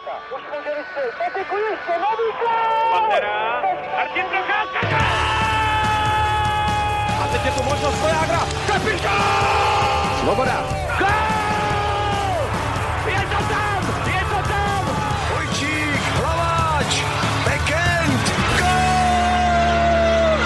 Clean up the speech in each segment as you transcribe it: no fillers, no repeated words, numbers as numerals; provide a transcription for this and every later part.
Už může vystřelit, Patiku ještě, nový gól! Pantera, Martin Procházka! A teď je tu možnost Vojágra, kapitán! Svoboda! Gól! Je to tam! Je to tam! Vojčík, Hlaváč, Bekend, gól!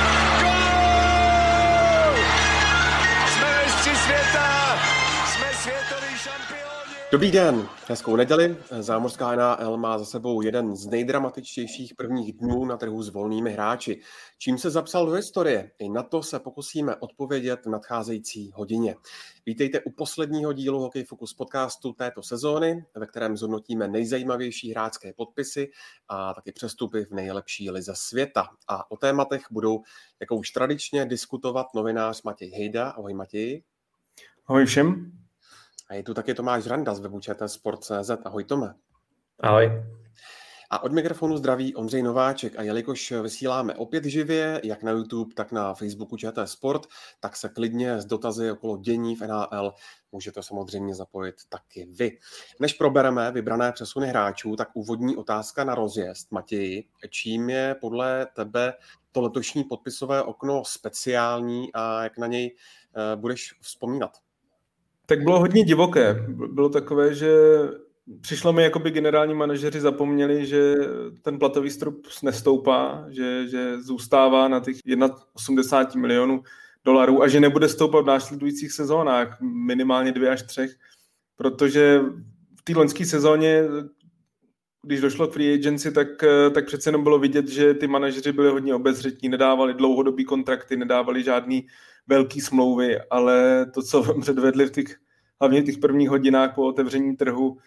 Gól! Jsme mistři světa! Jsme světoví šampioni! Dobrý den, hezkou neděli. Zámořská NHL má za sebou jeden z nejdramatičtějších prvních dnů na trhu s volnými hráči. Čím se zapsal do historie? I na to se pokusíme odpovědět v nadcházející hodině. Vítejte u posledního dílu Hokej Focus podcastu této sezóny, ve kterém zhodnotíme nejzajímavější hráčské podpisy a taky přestupy v nejlepší lize světa. A o tématech budou, jako už tradičně, diskutovat novinář Matěj Hejda. Ahoj Matěji. Ahoj všem. A je tu taky Tomáš Randa z webu ČT-sport.cz. Ahoj Tome. Ahoj. A od mikrofonu zdraví Ondřej Nováček a jelikož vysíláme opět živě, jak na YouTube, tak na Facebooku ČT Sport, tak se klidně s dotazy okolo dění v NHL můžete samozřejmě zapojit taky vy. Než probereme vybrané přesuny hráčů, tak úvodní otázka na rozjezd. Matěji, čím je podle tebe to letošní podpisové okno speciální a jak na něj budeš vzpomínat? Tak bylo hodně divoké. Bylo takové, že přišlo mi, jako by generální manažeři zapomněli, že ten platový strop nestoupá, že zůstává na těch 81 milionů dolarů a že nebude stoupat v následujících sezónách, minimálně 2 až 3, protože v té loňské sezóně, když došlo k free agency, tak přece jenom bylo vidět, že ty manažeři byli hodně obezřetní, nedávali dlouhodobý kontrakty, nedávali žádný velký smlouvy, ale to, co předvedli hlavně v těch prvních hodinách po otevření trhu,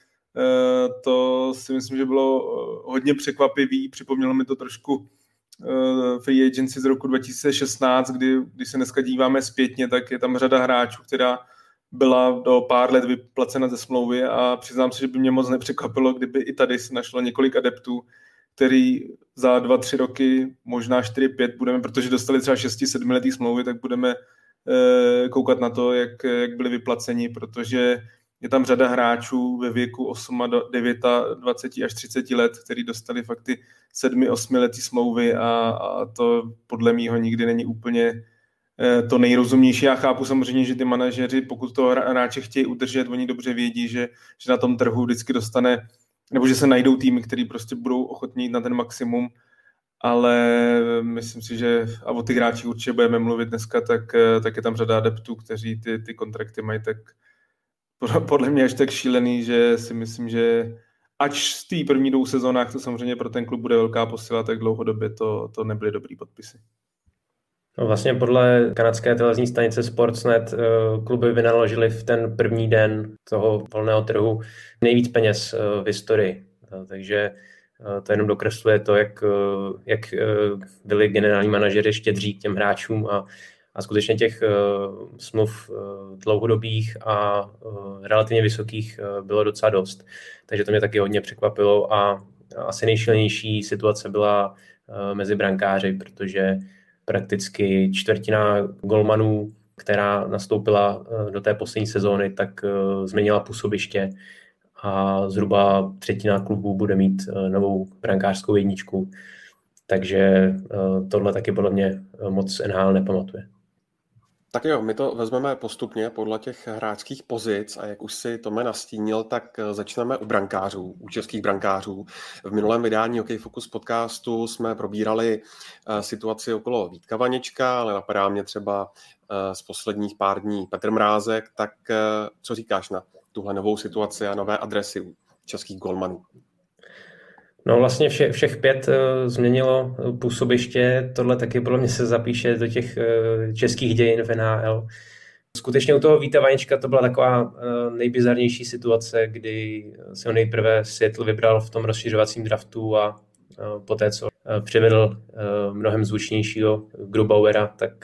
to si myslím, že bylo hodně překvapivý. Připomnělo mi to trošku free agency z roku 2016, kdy se dneska díváme zpětně, tak je tam řada hráčů, která byla do pár let vyplacena ze smlouvy a přiznám se, že by mě moc nepřekvapilo, kdyby i tady se našlo několik adeptů, který za 2-3 roky, možná 4-5 budeme, protože dostali třeba 6-7 letý smlouvy, tak budeme koukat na to, jak byli vyplaceni, protože je tam řada hráčů ve věku 8, 9, 20 až 30 let, který dostali fakt ty 7-8 letý smlouvy a to podle mýho nikdy není úplně to nejrozumnější. Já chápu samozřejmě, že ty manažeři, pokud toho hráče chtějí udržet, oni dobře vědí, že na tom trhu vždycky dostane, nebo že se najdou týmy, který prostě budou ochotní jít na ten maximum, ale myslím si, že a o těch hráčích určitě budeme mluvit dneska, tak je tam řada adeptů, kteří ty kontrakty mají tak podle mě až tak šílený, že si myslím, že ač z té první 2 sezónách to samozřejmě pro ten klub bude velká posila, tak dlouhodobě to nebyly dobrý podpisy. No vlastně podle kanadské televizní stanice Sportsnet kluby vynaložili v ten první den toho volného trhu nejvíc peněz v historii. Takže to jenom dokresluje to, jak byli generální manažeři štědří k těm hráčům a skutečně těch smluv dlouhodobých a relativně vysokých bylo docela dost. Takže to mě taky hodně překvapilo a asi nejšilnější situace byla mezi brankáři, protože prakticky čtvrtina golmanů, která nastoupila do té poslední sezóny, tak změnila působiště a zhruba 1/3 klubů bude mít novou brankářskou jedničku. Takže tohle taky podle mě moc NHL nepamatuje. Tak jo, my to vezmeme postupně podle těch hráčských pozic a jak už si Tome nastínil, tak začneme u brankářů, u českých brankářů. V minulém vydání Hokej Focus podcastu jsme probírali situaci okolo Vítka Vaněčka, ale napadá mě třeba z posledních pár dní Petr Mrázek, tak co říkáš na tuhle novou situaci a nové adresy u českých golmanů? No vlastně všech 5 změnilo působiště, tohle taky podle mě se zapíše do těch českých dějin v NHL. Skutečně u toho Víta Vaněčka to byla taková nejbizarnější situace, kdy se ho nejprve Seattle vybral v tom rozšiřovacím draftu a poté, co přivedl mnohem zvučnějšího Grubauera, tak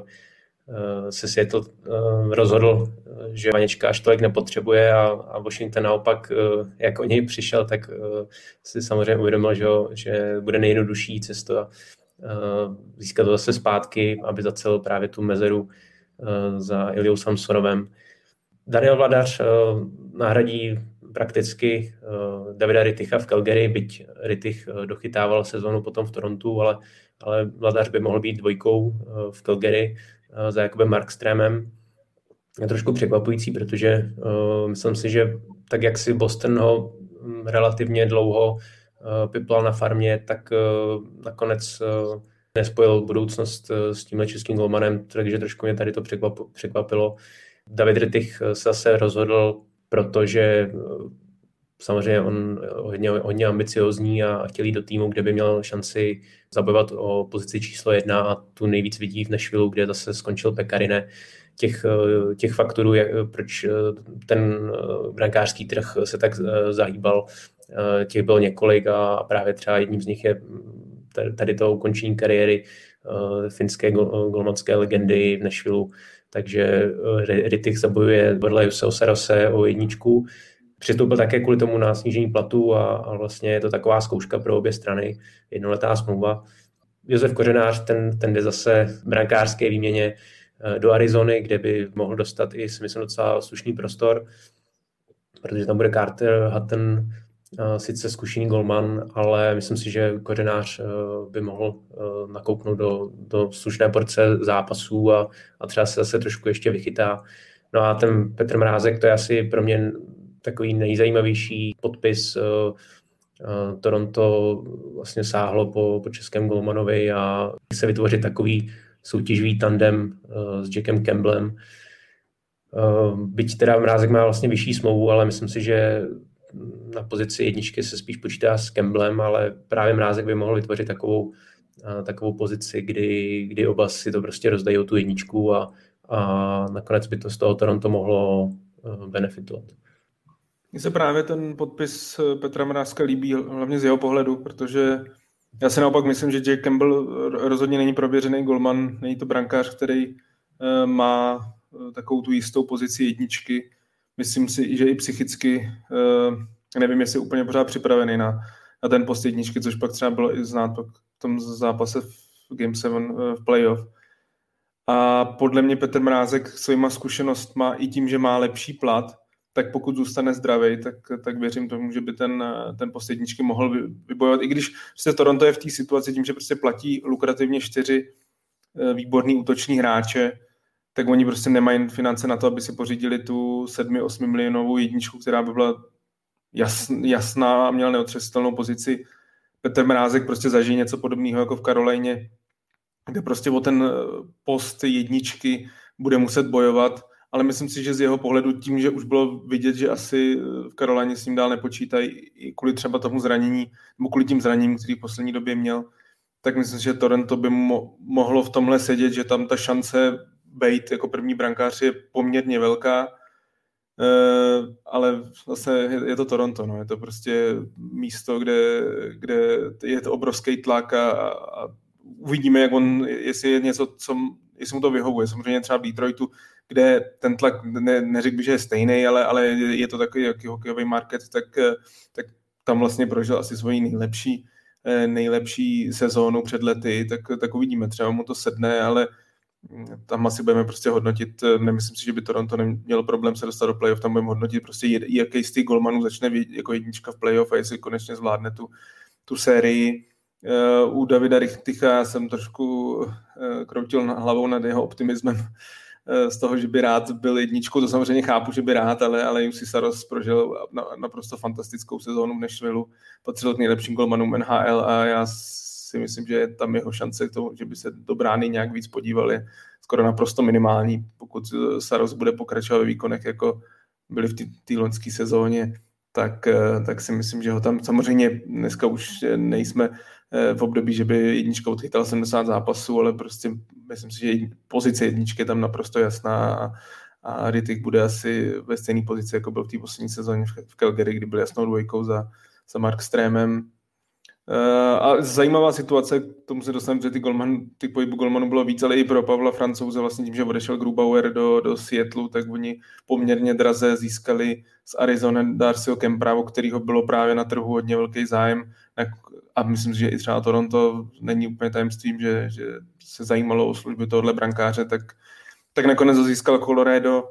se Seattle rozhodl, že Vaněčka až tolik nepotřebuje a Washington naopak, jak o něj přišel, tak si samozřejmě uvědomil, že bude nejjednodušší cesta získat to zase zpátky, aby zacelil právě tu mezeru za Iliou Samsonovem. Daniel Vladař nahradí prakticky Davida Ritticha v Calgary, byť Rittich dochytával sezonu potom v Torontu, ale Vladař by mohl být dvojkou v Calgary za Jakubem Markströmem. Je trošku překvapující, protože myslím si, že tak, jak si Boston ho relativně dlouho piplal na farmě, tak nakonec nespojil budoucnost s tímhle českým golmanem, takže trošku mě tady to překvapilo. David Rittich se zase rozhodl, protože samozřejmě on hodně ambiciozní a chtěl jít do týmu, kde by měl šanci zabojovat o pozici číslo 1 a tu nejvíc vidí v Nashvilleu, kde zase skončil Pekarine. Těch faktorů, proč ten brankářský trh se tak zahýbal, těch bylo několik a právě třeba jedním z nich je tady to ukončení kariéry finské golmanské legendy v Nashvilleu. Takže Rittich zabojuje vedle Juseho Sarose o 1. Přistoupil také kvůli tomu na snížení platu a vlastně je to taková zkouška pro obě strany, jednoletá smlouva. Josef Kořenář, ten jde zase brankářské výměně do Arizony, kde by mohl dostat i, myslím, docela slušný prostor, protože tam bude Carter Hutton, sice zkušený golman, ale myslím si, že Kořenář by mohl nakouknout do slušné porce zápasů a třeba se zase trošku ještě vychytá. No a ten Petr Mrázek, to je asi pro mě takový nejzajímavější podpis. Toronto vlastně sáhlo po českém golmanovi a chce vytvořit takový soutěživý tandem s Jackem Campbellem. Byť teda Mrázek má vlastně vyšší smlouvu, ale myslím si, že na pozici 1 se spíš počítá s Campbellem, ale právě Mrázek by mohl vytvořit takovou pozici, kdy oba si to prostě rozdají o tu 1 a nakonec by to z toho Toronto mohlo benefitovat. Mně se právě ten podpis Petra Mrázka líbí, hlavně z jeho pohledu, protože já si naopak myslím, že Jake Campbell rozhodně není prověřený golman, není to brankář, který má takovou tu jistou pozici 1. Myslím si, že i psychicky nevím, jestli je úplně pořád připravený na ten post 1, což pak třeba bylo i znát pak v tom zápase v Game 7 v playoff. A podle mě Petr Mrázek svýma zkušenostma i tím, že má lepší plat, tak pokud zůstane zdravý, tak věřím tomu, že by ten post 1 mohl vybojovat. I když prostě Toronto je v té situaci tím, že prostě platí lukrativně 4 výborný útoční hráče, tak oni prostě nemají finance na to, aby si pořídili tu 7-8 milionovou 1, která by byla jasná a měla neotřesitelnou pozici. Petr Mrázek prostě zažije něco podobného jako v Karolíně, kde prostě o ten post 1 bude muset bojovat, ale myslím si, že z jeho pohledu tím, že už bylo vidět, že asi v Karolíně s ním dál nepočítají i kvůli třeba tomu zranění, nebo kvůli tím zraněním, který v poslední době měl, tak myslím, že Toronto by mohlo v tomhle sedět, že tam ta šance být jako první brankář je poměrně velká, ale zase je to Toronto, no. Je to prostě místo, kde je to obrovský tlak a uvidíme, jak jestli je něco, jestli mu to vyhovuje. Samozřejmě třeba v Detroitu, kde ten tlak, neřekl bych, že je stejný, ale je to takový hokejový market, tak tam vlastně prožil asi svoji nejlepší sezónu před lety, tak uvidíme, třeba mu to sedne, ale tam asi budeme prostě hodnotit, nemyslím si, že by Toronto nemělo problém se dostat do playoff, tam budeme hodnotit prostě jaký z těch golmanů začne jako 1 v playoff a jestli konečně zvládne tu sérii. U Davida Ritticha jsem trošku kroutil hlavou nad jeho optimismem z toho, že by rád byl 1, to samozřejmě chápu, že by rád, ale Juuse Saros prožil naprosto fantastickou sezónu v Nashvilleu, patřil k nejlepším golmanům NHL a já si myslím, že tam jeho šance k tomu, že by se do brány nějak víc podíval, je skoro naprosto minimální. Pokud Saros bude pokračovat ve výkonech, jako byli v té loňské sezóně, tak si myslím, že ho tam samozřejmě dneska už nejsme v období, že by 1 odchytal 70 zápasů, ale prostě myslím si, že pozice 1 je tam naprosto jasná a Rittich bude asi ve stejné pozici, jako byl v té poslední sezóně v Calgary, kdy byl jasnou 2 za Markströmem. A zajímavá situace, k tomu se dostaneme, že ty pohybu golmanů bylo víc, ale i pro Pavla Francouze vlastně tím, že odešel Grubauer do Seattlu, tak oni poměrně draze získali z Arizony Darcyho Kempera, o kterého bylo právě na trhu hodně velký zájem a myslím si, že i třeba Toronto není úplně tajemstvím, že se zajímalo o služby tohohle brankáře, tak nakonec ho získal Colorado,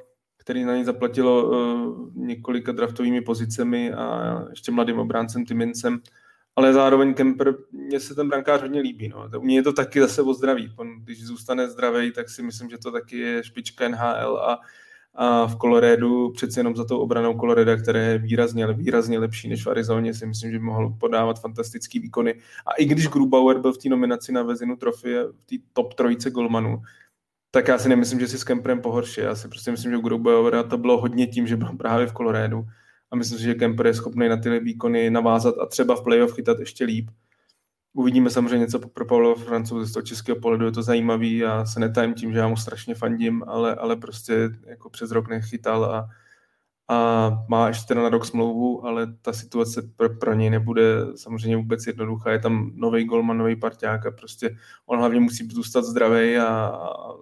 který na něj zaplatilo několika draftovými pozicemi a ještě mladým obráncem Timmincem. Ale zároveň Kemper, mně se ten brankář hodně líbí. No. U něj je to taky zase o zdraví. Když zůstane zdravý, tak si myslím, že to taky je špička NHL a v Coloradu přece jenom za tou obranou Colorada, která je výrazně lepší než v Arizoně, si myslím, že by mohl podávat fantastický výkony. A i když Grubauer byl v té nominaci na Vezinu trofeje v té top 3 golmanů, tak já si nemyslím, že si s Kemperem pohorší. Já si prostě myslím, že u Grubauera to bylo hodně tím, že byl právě v Coloradu. A myslím si, že Kemper je schopný na tyhle výkony navázat a třeba v playoff chytat ještě líp. Uvidíme samozřejmě něco pro Pavla Francouze z toho českého pohledu, je to zajímavý, já se netajím tím, že já mu strašně fandím, ale prostě jako přes rok nechytal a má ještě na rok smlouvu, ale ta situace pro něj nebude samozřejmě vůbec jednoduchá, je tam nový golman, nový parťák a prostě on hlavně musí zůstat zdravý a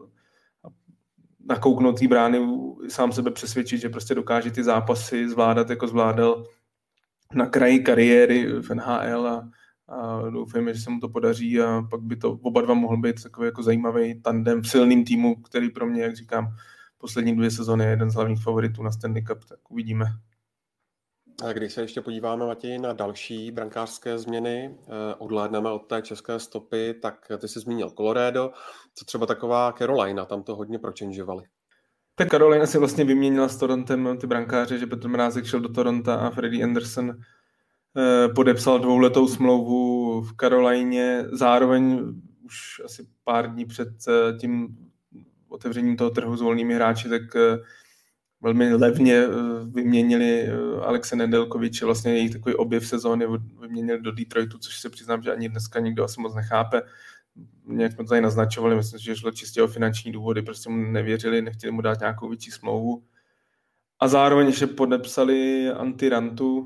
nakouknout té brány, sám sebe přesvědčit, že prostě dokáže ty zápasy zvládat, jako zvládal na kraji kariéry v NHL a doufejme, že se mu to podaří a pak by to oba dva mohl být takový jako zajímavý tandem v silným týmu, který pro mě, jak říkám, poslední 2 sezony je jeden z hlavních favoritů na Stanley Cup, tak uvidíme. A když se ještě podíváme, Matěj, na další brankářské změny, odhlédneme od té české stopy, tak ty jsi zmínil Colorado, co třeba taková Carolina, tam to hodně pročenžovali. Tak Carolina si vlastně vyměnila s Torontem ty brankáře, že Petr Mrázek šel do Toronta a Freddie Anderson podepsal 2letou smlouvu v Karolíně, zároveň už asi pár dní před tím otevřením toho trhu s volnými hráči, tak velmi levně vyměnili Alexe Nedeljkoviče, vlastně jejich takový objev sezóny vyměnili do Detroitu, což se přiznám, že ani dneska nikdo asi moc nechápe. Nějak jsme to tady naznačovali, myslím, že šlo čistě o finanční důvody, prostě mu nevěřili, nechtěli mu dát nějakou větší smlouvu. A zároveň ještě podepsali Antti Rantu,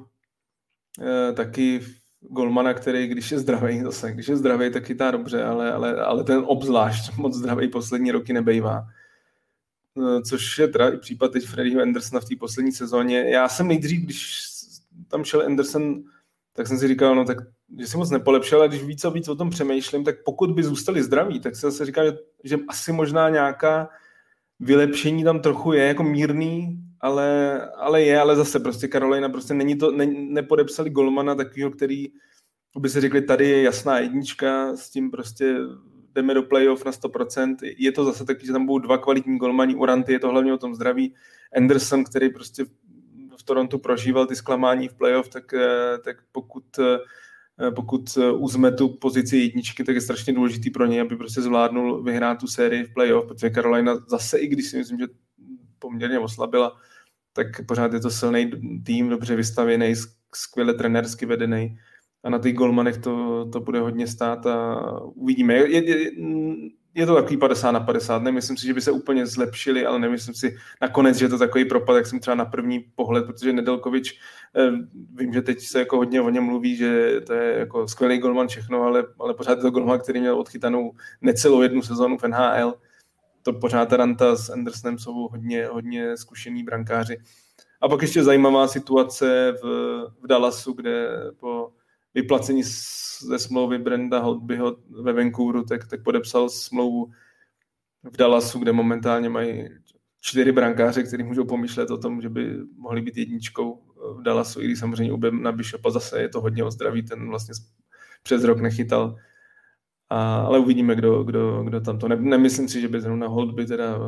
taky golmana, který, když je zdravý, tak chytá dobře, ale ten obzvlášť moc zdravý poslední roky nebejvá. Což je teda i případ teď Freddieho Andersona v té poslední sezóně. Já jsem nejdřív, když tam šel Anderson, tak jsem si říkal, no tak, že si moc nepolepšil, ale když víc a víc o tom přemýšlím, tak pokud by zůstali zdraví, tak se zase říkám, že asi možná nějaká vylepšení tam trochu je, jako mírný, ale zase prostě Carolina prostě nepodepsali golmana takového, který by se řekli, tady je jasná jednička, s tím prostě jdeme do playoff na 100%. Je to zase taky, že tam budou 2 kvalitní golmani, u Ranty je to hlavně o tom zdraví. Anderson, který prostě v Torontu prožíval ty zklamání v playoff, tak pokud uzme tu pozici jedničky, tak je strašně důležitý pro něj, aby prostě zvládnul vyhrát tu sérii v playoff, protože Carolina zase, i když si myslím, že poměrně oslabila, tak pořád je to silný tým, dobře vystavěný, skvěle trenérsky vedený a na těch golmanech to bude hodně stát a uvidíme. Je to takový 50/50, nemyslím si, že by se úplně zlepšili, ale nemyslím si nakonec, že je to takový propad, jak jsem třeba na první pohled, protože Nedeljkovič, vím, že teď se jako hodně o něm mluví, že to je jako skvělý golman všechno, ale pořád je to golman, který měl odchytanou necelou 1 sezónu v NHL. To pořád Ranta s Andersonem jsou hodně zkušení brankáři. A pak ještě zajímavá situace v Dallasu, kde po vyplacení ze smlouvy Brenda Holtbyho ve Vancouveru, tak podepsal smlouvu v Dallasu, kde momentálně mají 4 brankáře, kteří můžou pomýšlet o tom, že by mohli být jedničkou v Dallasu, i když samozřejmě na Bishopa zase je to hodně o zdraví, ten vlastně přes rok nechytal. Ale uvidíme, kdo tam to. Nemyslím si, že by zrovna Holtby teda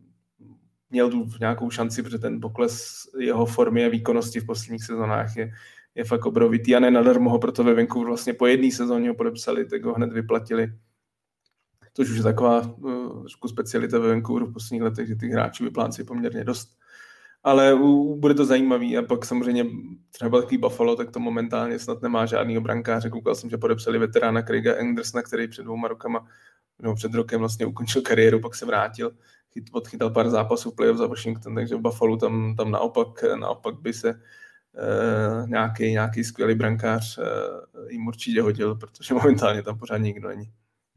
měl tu nějakou šanci, protože ten pokles jeho formy a výkonnosti v posledních sezónách je fakt obrovitý a nenadarmo ho proto ve Vancouveru vlastně po 1 sezóně ho podepsali, tak ho hned vyplatili. To už je taková trošku specialita ve Vancouveru v posledních letech, že ty hráči vyplácí poměrně dost. Ale bude to zajímavý a pak samozřejmě třeba takový Buffalo, tak to momentálně snad nemá žádnýho brankáře. Koukal jsem, že podepsali veterána Craiga Andersona, který před rokem vlastně ukončil kariéru, pak se vrátil, odchytal pár zápasů playoff za Washington, takže v Buffalo tam naopak by se nějaký skvělý brankář jim určitě hodil, protože momentálně tam pořád nikdo není.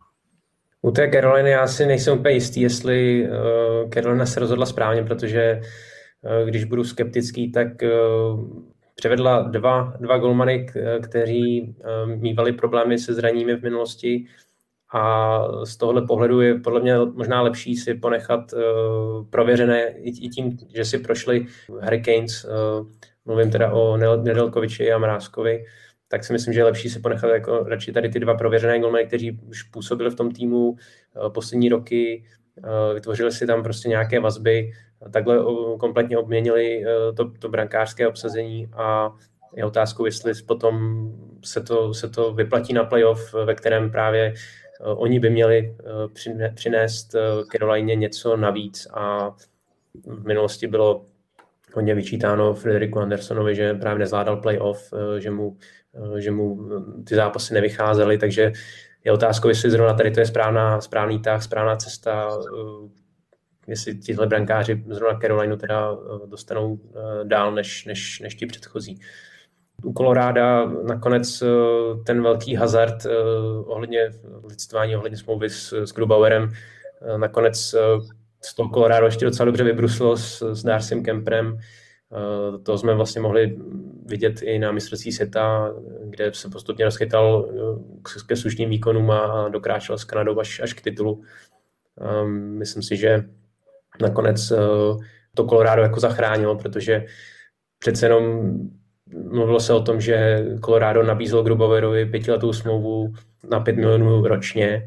U té Caroliny já si nejsem úplně jistý, jestli Carolina se rozhodla správně, protože když budu skeptický, tak převedla dva golmany, kteří mívali problémy se zraními v minulosti a z tohohle pohledu je podle mě možná lepší si ponechat prověřené i tím, že si prošli Hurricanes, mluvím teda o Nedeljkoviči a Mrázkovi, tak si myslím, že je lepší si ponechat jako radši tady ty dva prověřené golmany, kteří už působili v tom týmu poslední roky, vytvořili si tam prostě nějaké vazby, takhle kompletně obměnili to brankářské obsazení a je otázkou, jestli potom se to vyplatí na playoff, ve kterém právě oni by měli přinést Carolině něco navíc a v minulosti bylo hodně vyčítáno Frederiku Andersonovi, že právě nezvládal playoff, že mu ty zápasy nevycházely, takže je otázkou, jestli zrovna tady to je správný tah, správná cesta, jestli tihle brankáři zrovna Carolinu teda dostanou dál než ti předchozí. U Coloráda nakonec ten velký hazard ohledně licitování, ohledně smlouvy s Grubauerem, nakonec z toho Colorado ještě docela dobře vybrusilo s Darcym Kemperem. To jsme vlastně mohli vidět i na mistrovství světa, kde se postupně rozchytal ke slušným výkonům a dokráčel s Kanadou až k titulu. Myslím si, že nakonec to Colorado jako zachránilo, protože přece jenom mluvilo se o tom, že Colorado nabízelo Grubauerovi 5letou smlouvu na 5 milionů ročně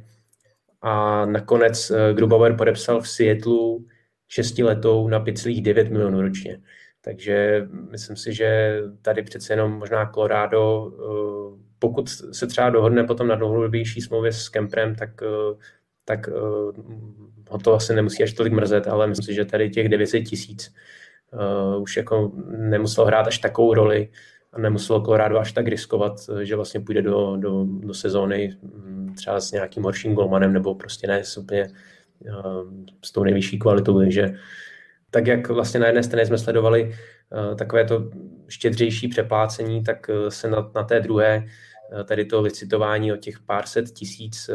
a nakonec Grubauer podepsal v Seattlu 6letou na 5,9 milionů ročně. Takže myslím si, že tady přece jenom možná Colorado, pokud se třeba dohodne potom na dlouhodobější smlouvě s Kemperem, tak ho to asi nemusí až tolik mrzet, ale myslím si, že tady těch 900 000 už jako nemuselo hrát až takovou roli a nemuselo Colorado až tak riskovat, že vlastně půjde do sezóny třeba s nějakým horším golmanem nebo prostě ne úplně s tou nejvyšší kvalitou, takže tak jak vlastně na jedné straně jsme sledovali takové to štědřejší přeplácení, tak se na té druhé tady to licitování o těch pár set tisíc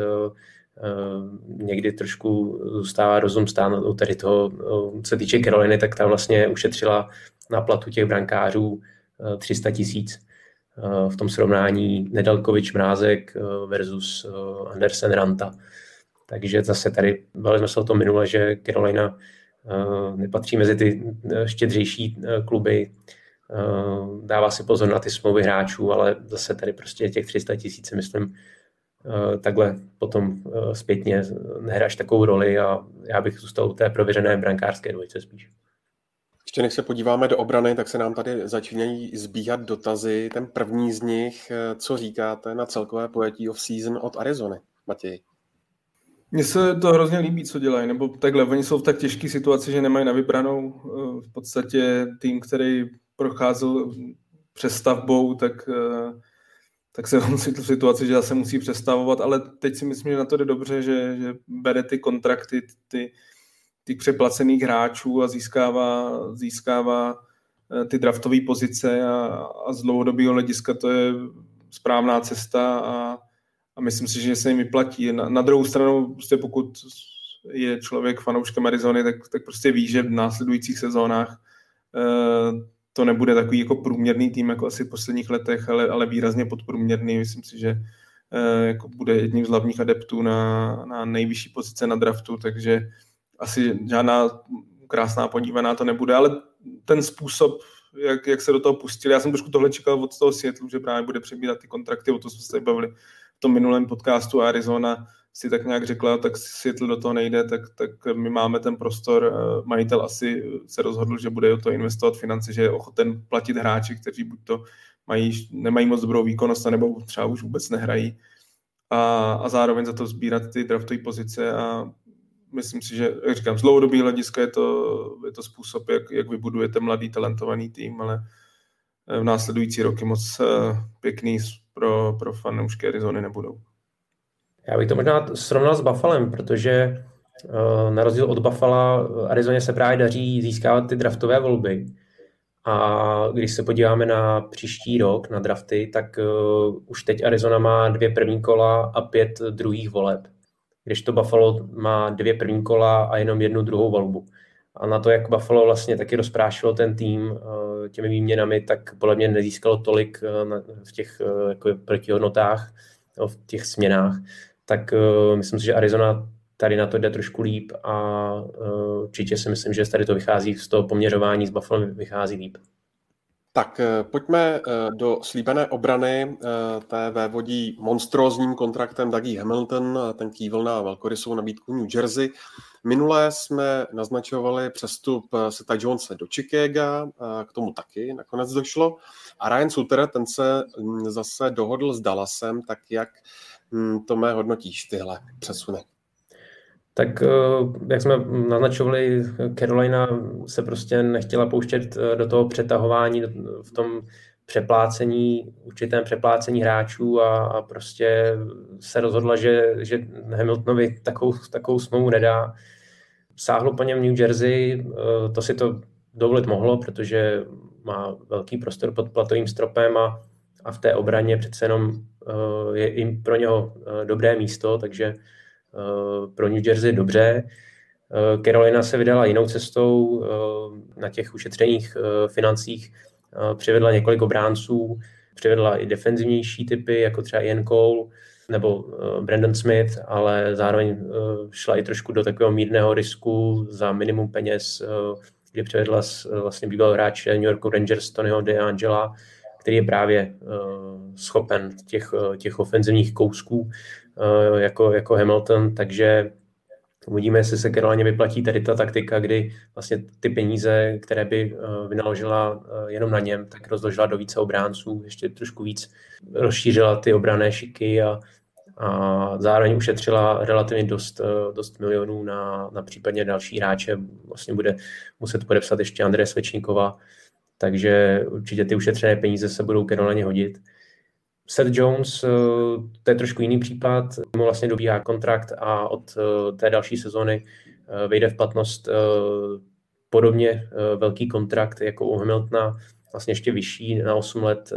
někdy trošku zůstává rozum stát u tady toho, co se týče Caroliny, tak tam vlastně ušetřila na platu těch brankářů 300 000 v tom srovnání Nedeljkovič, Mrázek versus Andersen, Ranta. Takže zase tady bavili jsme se o tom minule, že Carolina nepatří mezi ty štědřejší kluby, dává si pozor na ty smlouvy hráčů, ale zase tady prostě těch 300 000, myslím, takhle potom zpětně nehráš takovou roli a já bych zůstal u té prověřené brankářské dvojice spíš. Ještě než se podíváme do obrany, tak se nám tady začínají zbíhat dotazy. Ten první z nich, co říkáte na celkové pojetí off-season od Arizony, Matěj? Mně se to hrozně líbí, co dělají, nebo takhle, oni jsou v tak těžké situaci, že nemají na vybranou. V podstatě tým, který procházel přestavbou, tak se ocitl v situaci, že zase musí přestavovat, ale teď si myslím, že na to jde dobře, že bere ty kontrakty těch přeplacených hráčů a získává ty draftové pozice a z dlouhodobého hlediska to je správná cesta a myslím si, že se jim vyplatí. Na druhou stranu, prostě pokud je člověk fanouškem Arizony, tak prostě ví, že v následujících sezónách to nebude takový jako průměrný tým, jako asi v posledních letech, ale výrazně podprůměrný. Myslím si, že jako bude jedním z hlavních adeptů na nejvyšší pozice na draftu, takže asi žádná krásná podívaná to nebude, ale ten způsob, jak se do toho pustili, já jsem trošku tohle čekal od toho Seattlu, že právě bude přebírat ty kontrakty, o to jsme se bavili v tom minulém podcastu. Arizona si tak nějak řekla, tak Seattle do toho nejde, tak my máme ten prostor. Majitel asi se rozhodl, že bude do toho investovat finance, že je ochoten platit hráči, kteří buď to nemají moc dobrou výkonnost, nebo třeba už vůbec nehrají a zároveň za to sbírat ty draftové pozice a myslím si, že, jak říkám, z dlouhodobého hlediska je to způsob, jak vybudujete mladý, talentovaný tým, ale v následující roky moc pěkný pro fanoušky Arizony nebudou. Já bych to možná srovnal s Buffalem, protože na rozdíl od Buffala Arizoně se právě daří získávat ty draftové volby. A když se podíváme na příští rok, na drafty, tak už teď Arizona má 2 první kola a 5 druhých voleb. Kdežto Buffalo má 2 první kola a jenom 1 druhou volbu. A na to, jak Buffalo vlastně taky rozprášilo ten tým těmi výměnami, tak podle mě nezískalo tolik v těch jako protihodnotách, v těch směnách. tak myslím si, že Arizona tady na to jde trošku líp a určitě si myslím, že tady to vychází z toho poměřování s Buffalo vychází líp. Tak pojďme do slíbené obrany. Té vévodí monstrózním kontraktem Dougie Hamilton, ten kývl na velkorysou nabídku New Jersey. Minulé jsme naznačovali přestup Seta Jonese do Chicaga, k tomu taky nakonec došlo. A Ryan Suter, ten se zase dohodl s Dallasem, tak jak Tome hodnotíš tyhle přesuny? Tak jak jsme naznačovali, Carolina se prostě nechtěla pouštět do toho přetahování, v tom určitém přeplácení hráčů a prostě se rozhodla, že Hamiltonovi takovou smlouvu nedá. Sáhlo po něm New Jersey, to si to dovolit mohlo, protože má velký prostor pod platovým stropem a v té obraně přece jenom je i pro něho dobré místo, takže pro New Jersey dobře. Carolina se vydala jinou cestou, na těch ušetřených financích přivedla několik obránců, přivedla i defenzivnější typy, jako třeba Ian Cole nebo Brandon Smith, ale zároveň šla i trošku do takového mírného risku za minimum peněz, kde přivedla vlastně bývalého hráče New York Rangers Tonyho DeAngela, který je právě schopen těch ofenzivních kousků jako Hamilton, takže uvidíme, jestli se Carolině vyplatí tady ta taktika, kdy vlastně ty peníze, které by vynaložila jenom na něm, tak rozložila do více obránců, ještě trošku víc rozšířila ty obranné šiky a zároveň ušetřila relativně dost milionů na případně další hráče. Vlastně bude muset podepsat ještě Andreje Svečníkova, takže určitě ty ušetřené peníze se budou Carolině hodit. Seth Jones, to je trošku jiný případ, mu vlastně dobíhá kontrakt a od té další sezony vejde v platnost podobně velký kontrakt jako u Hamiltona, vlastně ještě vyšší na 8 let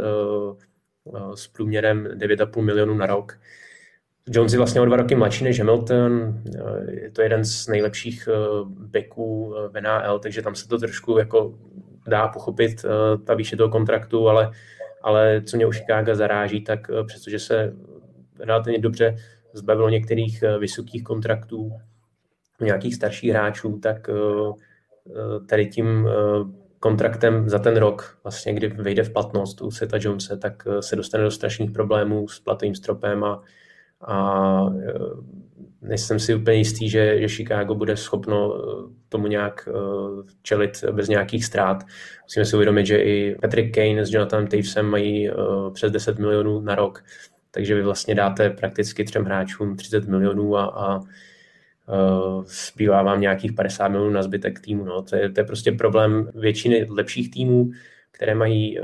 s průměrem 9,5 milionů na rok. Jones je vlastně o 2 roky mladší než Hamilton, je to jeden z nejlepších backů v NHL, takže tam se to trošku jako dá pochopit ta výše toho kontraktu, ale co mě u Chicaga zaráží, tak přestože se relativně dobře zbavilo některých vysokých kontraktů, nějakých starších hráčů, tak tady tím kontraktem za ten rok, vlastně, kdy vejde v platnost u Seta Jonese, tak se dostane do strašných problémů s platovým stropem a nejsem si úplně jistý, že Chicago bude schopno tomu nějak čelit bez nějakých ztrát. Musíme si uvědomit, že i Patrick Kane s Jonathanem Tavesem mají přes 10 milionů na rok, takže vy vlastně dáte prakticky 3 hráčům 30 milionů a zbývá vám nějakých 50 milionů na zbytek týmu. No. To je prostě problém většiny lepších týmů, které mají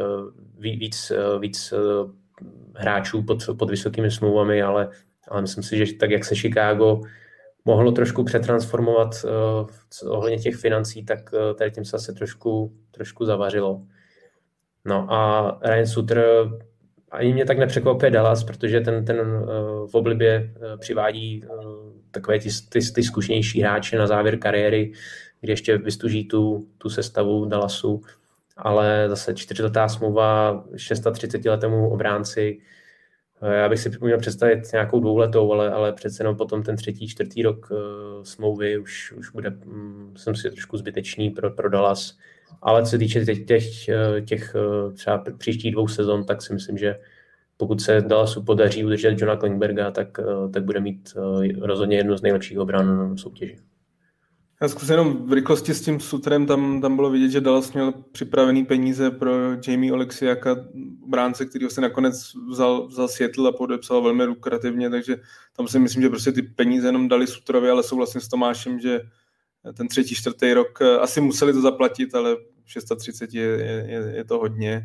víc hráčů pod vysokými smlouvami, ale myslím si, že tak, jak se Chicago mohlo trošku přetransformovat ohledně těch financí, tak tady tím se asi trošku zavařilo. No a Ryan Suter, ani mě tak nepřekvapuje Dallas, protože ten v oblibě přivádí takové ty zkušenější hráče na závěr kariéry, kdy ještě vystuží tu sestavu Dallasu, ale zase 4letá smlouva 36letému obránci. Já bych si měl představit nějakou 2letou, ale přece jenom potom ten 3., 4. rok smlouvy už bude, myslím si, trošku zbytečný pro Dallas. Ale co se týče těch třeba příštích 2 sezon, tak si myslím, že pokud se Dallasu podaří udržet Johna Klingberga, tak bude mít rozhodně jednu z nejlepších obran v soutěži. Já zkusím jenom v rychlosti s tím Suterem, tam bylo vidět, že Dallas měl připravený peníze pro Jamie Oleksiaka, obránce, kterýho se nakonec vzal Seattle a podepsal velmi lukrativně, takže tam si myslím, že prostě ty peníze jenom dali Suterovi, ale souhlasím s Tomášem, že ten 3., 4. rok asi museli to zaplatit, ale 630 je to hodně.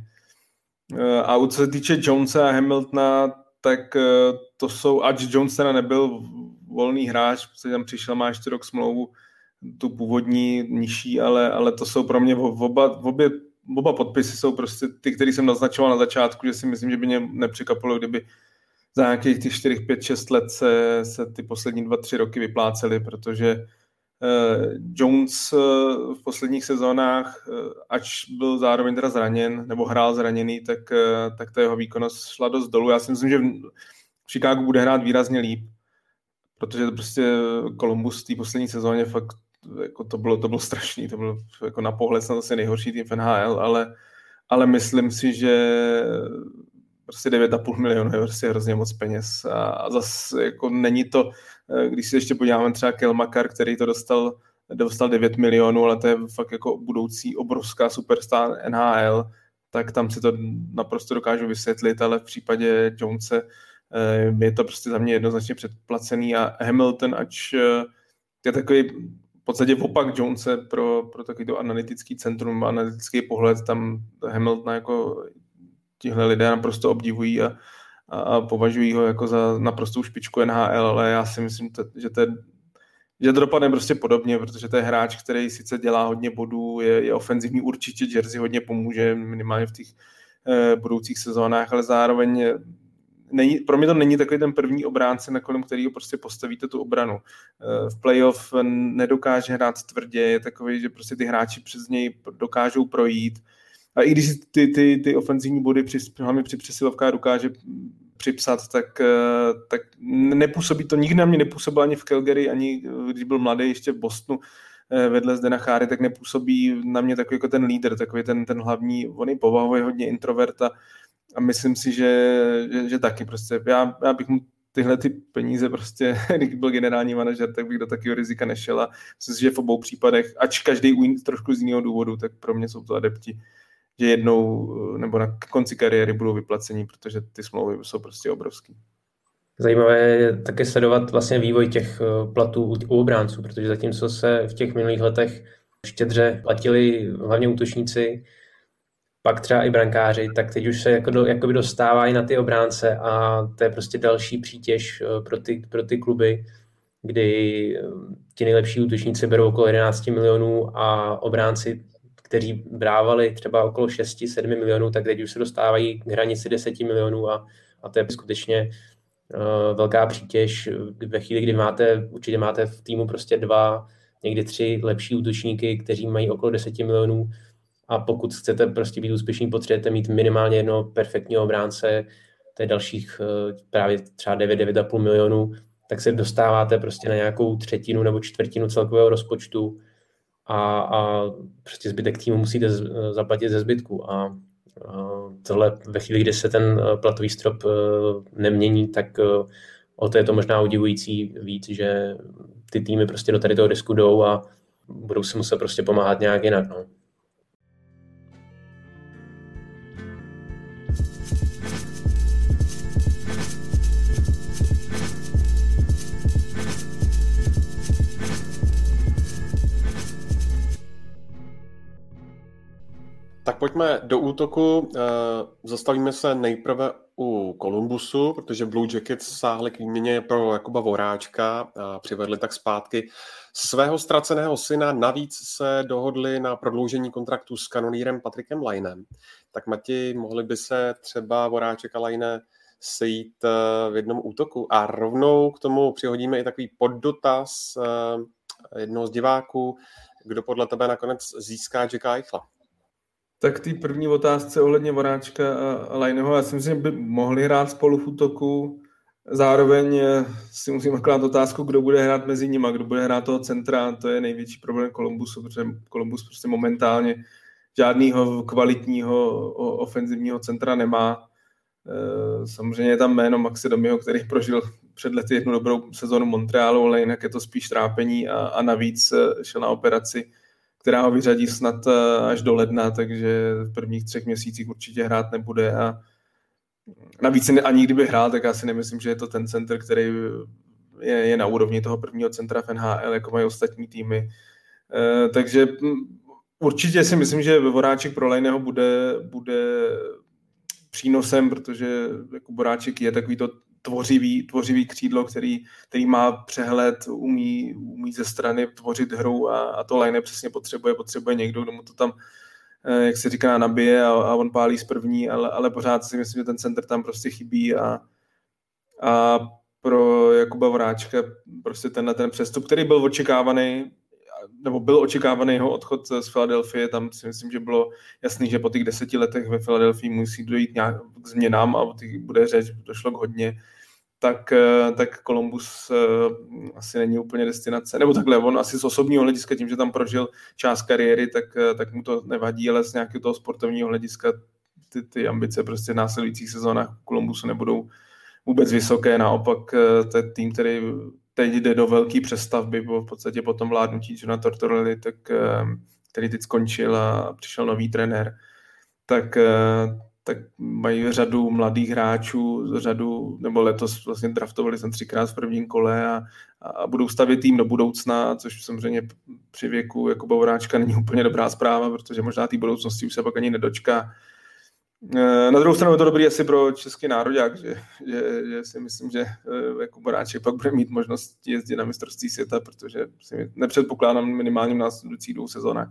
A co se týče Jonesa a Hamiltona, tak to jsou, ač Jones teda nebyl volný hráč, protože tam přišel, má 4 rok smlouvu, tu původní nižší, ale to jsou pro mě oba podpisy jsou prostě ty, které jsem naznačoval na začátku, že si myslím, že by mě nepřekvapilo, kdyby za nějakých těch 4, 5, 6 let se ty poslední 2-3 roky vyplácely, protože Jones v posledních sezónách, ač byl zároveň teda zraněn, nebo hrál zraněný, tak ta jeho výkonnost šla dost dolů. Já si myslím, že v Chicagu bude hrát výrazně líp. protože to prostě Columbus v té poslední sezóně fakt jako to bylo strašný, to bylo jako na pohled snad asi nejhorší tým v NHL, ale myslím si, že prostě 9,5 milionu je prostě hrozně moc peněz a zase jako není to, když si ještě podíváme třeba Kel Makar, který to dostal 9 milionů, ale to je fakt jako budoucí obrovská superstar NHL, tak tam si to naprosto dokážu vysvětlit, ale v případě Jonese je to prostě za mě jednoznačně předplacený a Hamilton, ač je takový v podstatě opak Jonese pro takovýto analytický centrum, analytický pohled, tam Hamilton jako tihle lidé naprosto obdivují a považují ho jako za naprostou špičku NHL, ale já si myslím, že to dopadne prostě podobně, protože to je hráč, který sice dělá hodně bodů, je ofenzivní, určitě Jersey hodně pomůže, minimálně v těch budoucích sezónách, ale zároveň pro mě to není takový ten první obránce, na kolem kterého prostě postavíte tu obranu. V playoff nedokáže hrát tvrdě, je takový, že prostě ty hráči přes něj dokážou projít. A i když ty ofenzivní body hlavně při přesilovkách dokáže připsat, tak nepůsobí to, nikdy na mě nepůsobil ani v Calgary, ani když byl mladý ještě v Bostonu vedle Zdena Cháry, tak nepůsobí na mě takový jako ten lídr, takový ten hlavní, on je povahový hodně introvert a myslím si, že taky prostě, já bych mu tyhle ty peníze prostě, když byl generální manažer, tak bych do takového rizika nešel a myslím si, že v obou případech, ač každý trošku z jiného důvodu, tak pro mě jsou to adepti, že jednou nebo na konci kariéry budou vyplacení, protože ty smlouvy jsou prostě obrovský. Zajímavé je také sledovat vlastně vývoj těch platů u obránců, protože zatímco se v těch minulých letech štědře platili hlavně útočníci, pak třeba i brankáři, tak teď už se jakoby dostává i na ty obránce a to je prostě další přítěž pro ty kluby, kdy ti nejlepší útočníci berou okolo 11 milionů a obránci, kteří brávali třeba okolo 6-7 milionů, tak teď už se dostávají k hranici 10 milionů a to je skutečně velká přítěž ve chvíli, kdy určitě máte v týmu prostě 2, někdy 3 lepší útočníky, kteří mají okolo 10 milionů a pokud chcete prostě být úspěšní, potřebujete mít minimálně jednoho perfektního obránce, to je dalších právě třeba 9,5 milionů, tak se dostáváte prostě na nějakou třetinu nebo čtvrtinu celkového rozpočtu a prostě zbytek týmu musíte zaplatit ze zbytku a tohle ve chvíli, kdy se ten platový strop nemění, tak o to je to možná udivující víc, že ty týmy prostě do tady toho risku jdou a budou si muset prostě pomáhat nějak jinak. No. Tak pojďme do útoku. Zastavíme se nejprve u Columbusu, protože Blue Jackets sáhli k výměně pro Jakuba Voráčka a přivedli tak zpátky svého ztraceného syna. Navíc se dohodli na prodloužení kontraktu s kanonýrem Patrickem Lainem. Tak Mati, mohli by se třeba Voráček a Laine sejít v jednom útoku? A rovnou k tomu přihodíme i takový poddotaz jednoho z diváků. Kdo podle tebe nakonec získá Jacka Eichla? Tak ty první otázce ohledně Voráčka a Laineho, já si myslím, že by mohli hrát spolu v útoku. Zároveň si musím klát otázku, kdo bude hrát mezi nimi, kdo bude hrát toho centra. To je největší problém Columbusu, protože Columbus prostě momentálně žádného kvalitního ofenzivního centra nemá. Samozřejmě je tam jméno Maxe Domiho, který prožil před lety jednu dobrou sezonu Montrealu, ale jinak je to spíš trápení a navíc šel na operaci, která ho vyřadí snad až do ledna, takže v prvních 3 měsících určitě hrát nebude a navíc ani kdyby hrál, tak já si nemyslím, že je to ten center, který je na úrovni toho prvního centra v NHL, jako mají ostatní týmy. Takže určitě si myslím, že Voráček pro Laineho bude přínosem, protože jako Voráček je takový to tvořivý křídlo, který má přehled, umí ze strany tvořit hru a to Laine přesně potřebuje někdo, kdo mu to tam, jak se říká, nabije a on pálí z první, ale pořád si myslím, že ten center tam prostě chybí a pro Jakuba Voráčka prostě ten přestup, který byl očekávaný, nebo byl očekávaný jeho odchod z Philadelphie, tam si myslím, že bylo jasný, že po těch 10 letech ve Philadelphii musí dojít nějak k změnám a bude řeč, došlo k hodně, tak Columbus asi není úplně destinace. Nebo takhle, on asi z osobního hlediska, tím, že tam prožil část kariéry, tak mu to nevadí, ale z nějakého toho sportovního hlediska ty ambice prostě v následujících sezónách Columbusu nebudou vůbec vysoké. Naopak ten tým, který teď jde do velké přestavby, v podstatě po tom vládnutí Johna Tortorelli, který teď skončil a přišel nový trenér, tak mají řadu mladých hráčů, nebo letos vlastně draftovali jsem 3krát v prvním kole a budou stavět tým do budoucna, což samozřejmě při věku Jakuba Voráčka není úplně dobrá zpráva, protože možná té budoucnosti už se pak ani nedočká. Na druhou stranu je to dobrý asi pro český nároďák, že si myslím, že Jakub Voráček pak bude mít možnost jezdit na mistrovství světa, protože si nepředpokládám minimálně v následujících 2 sezónách,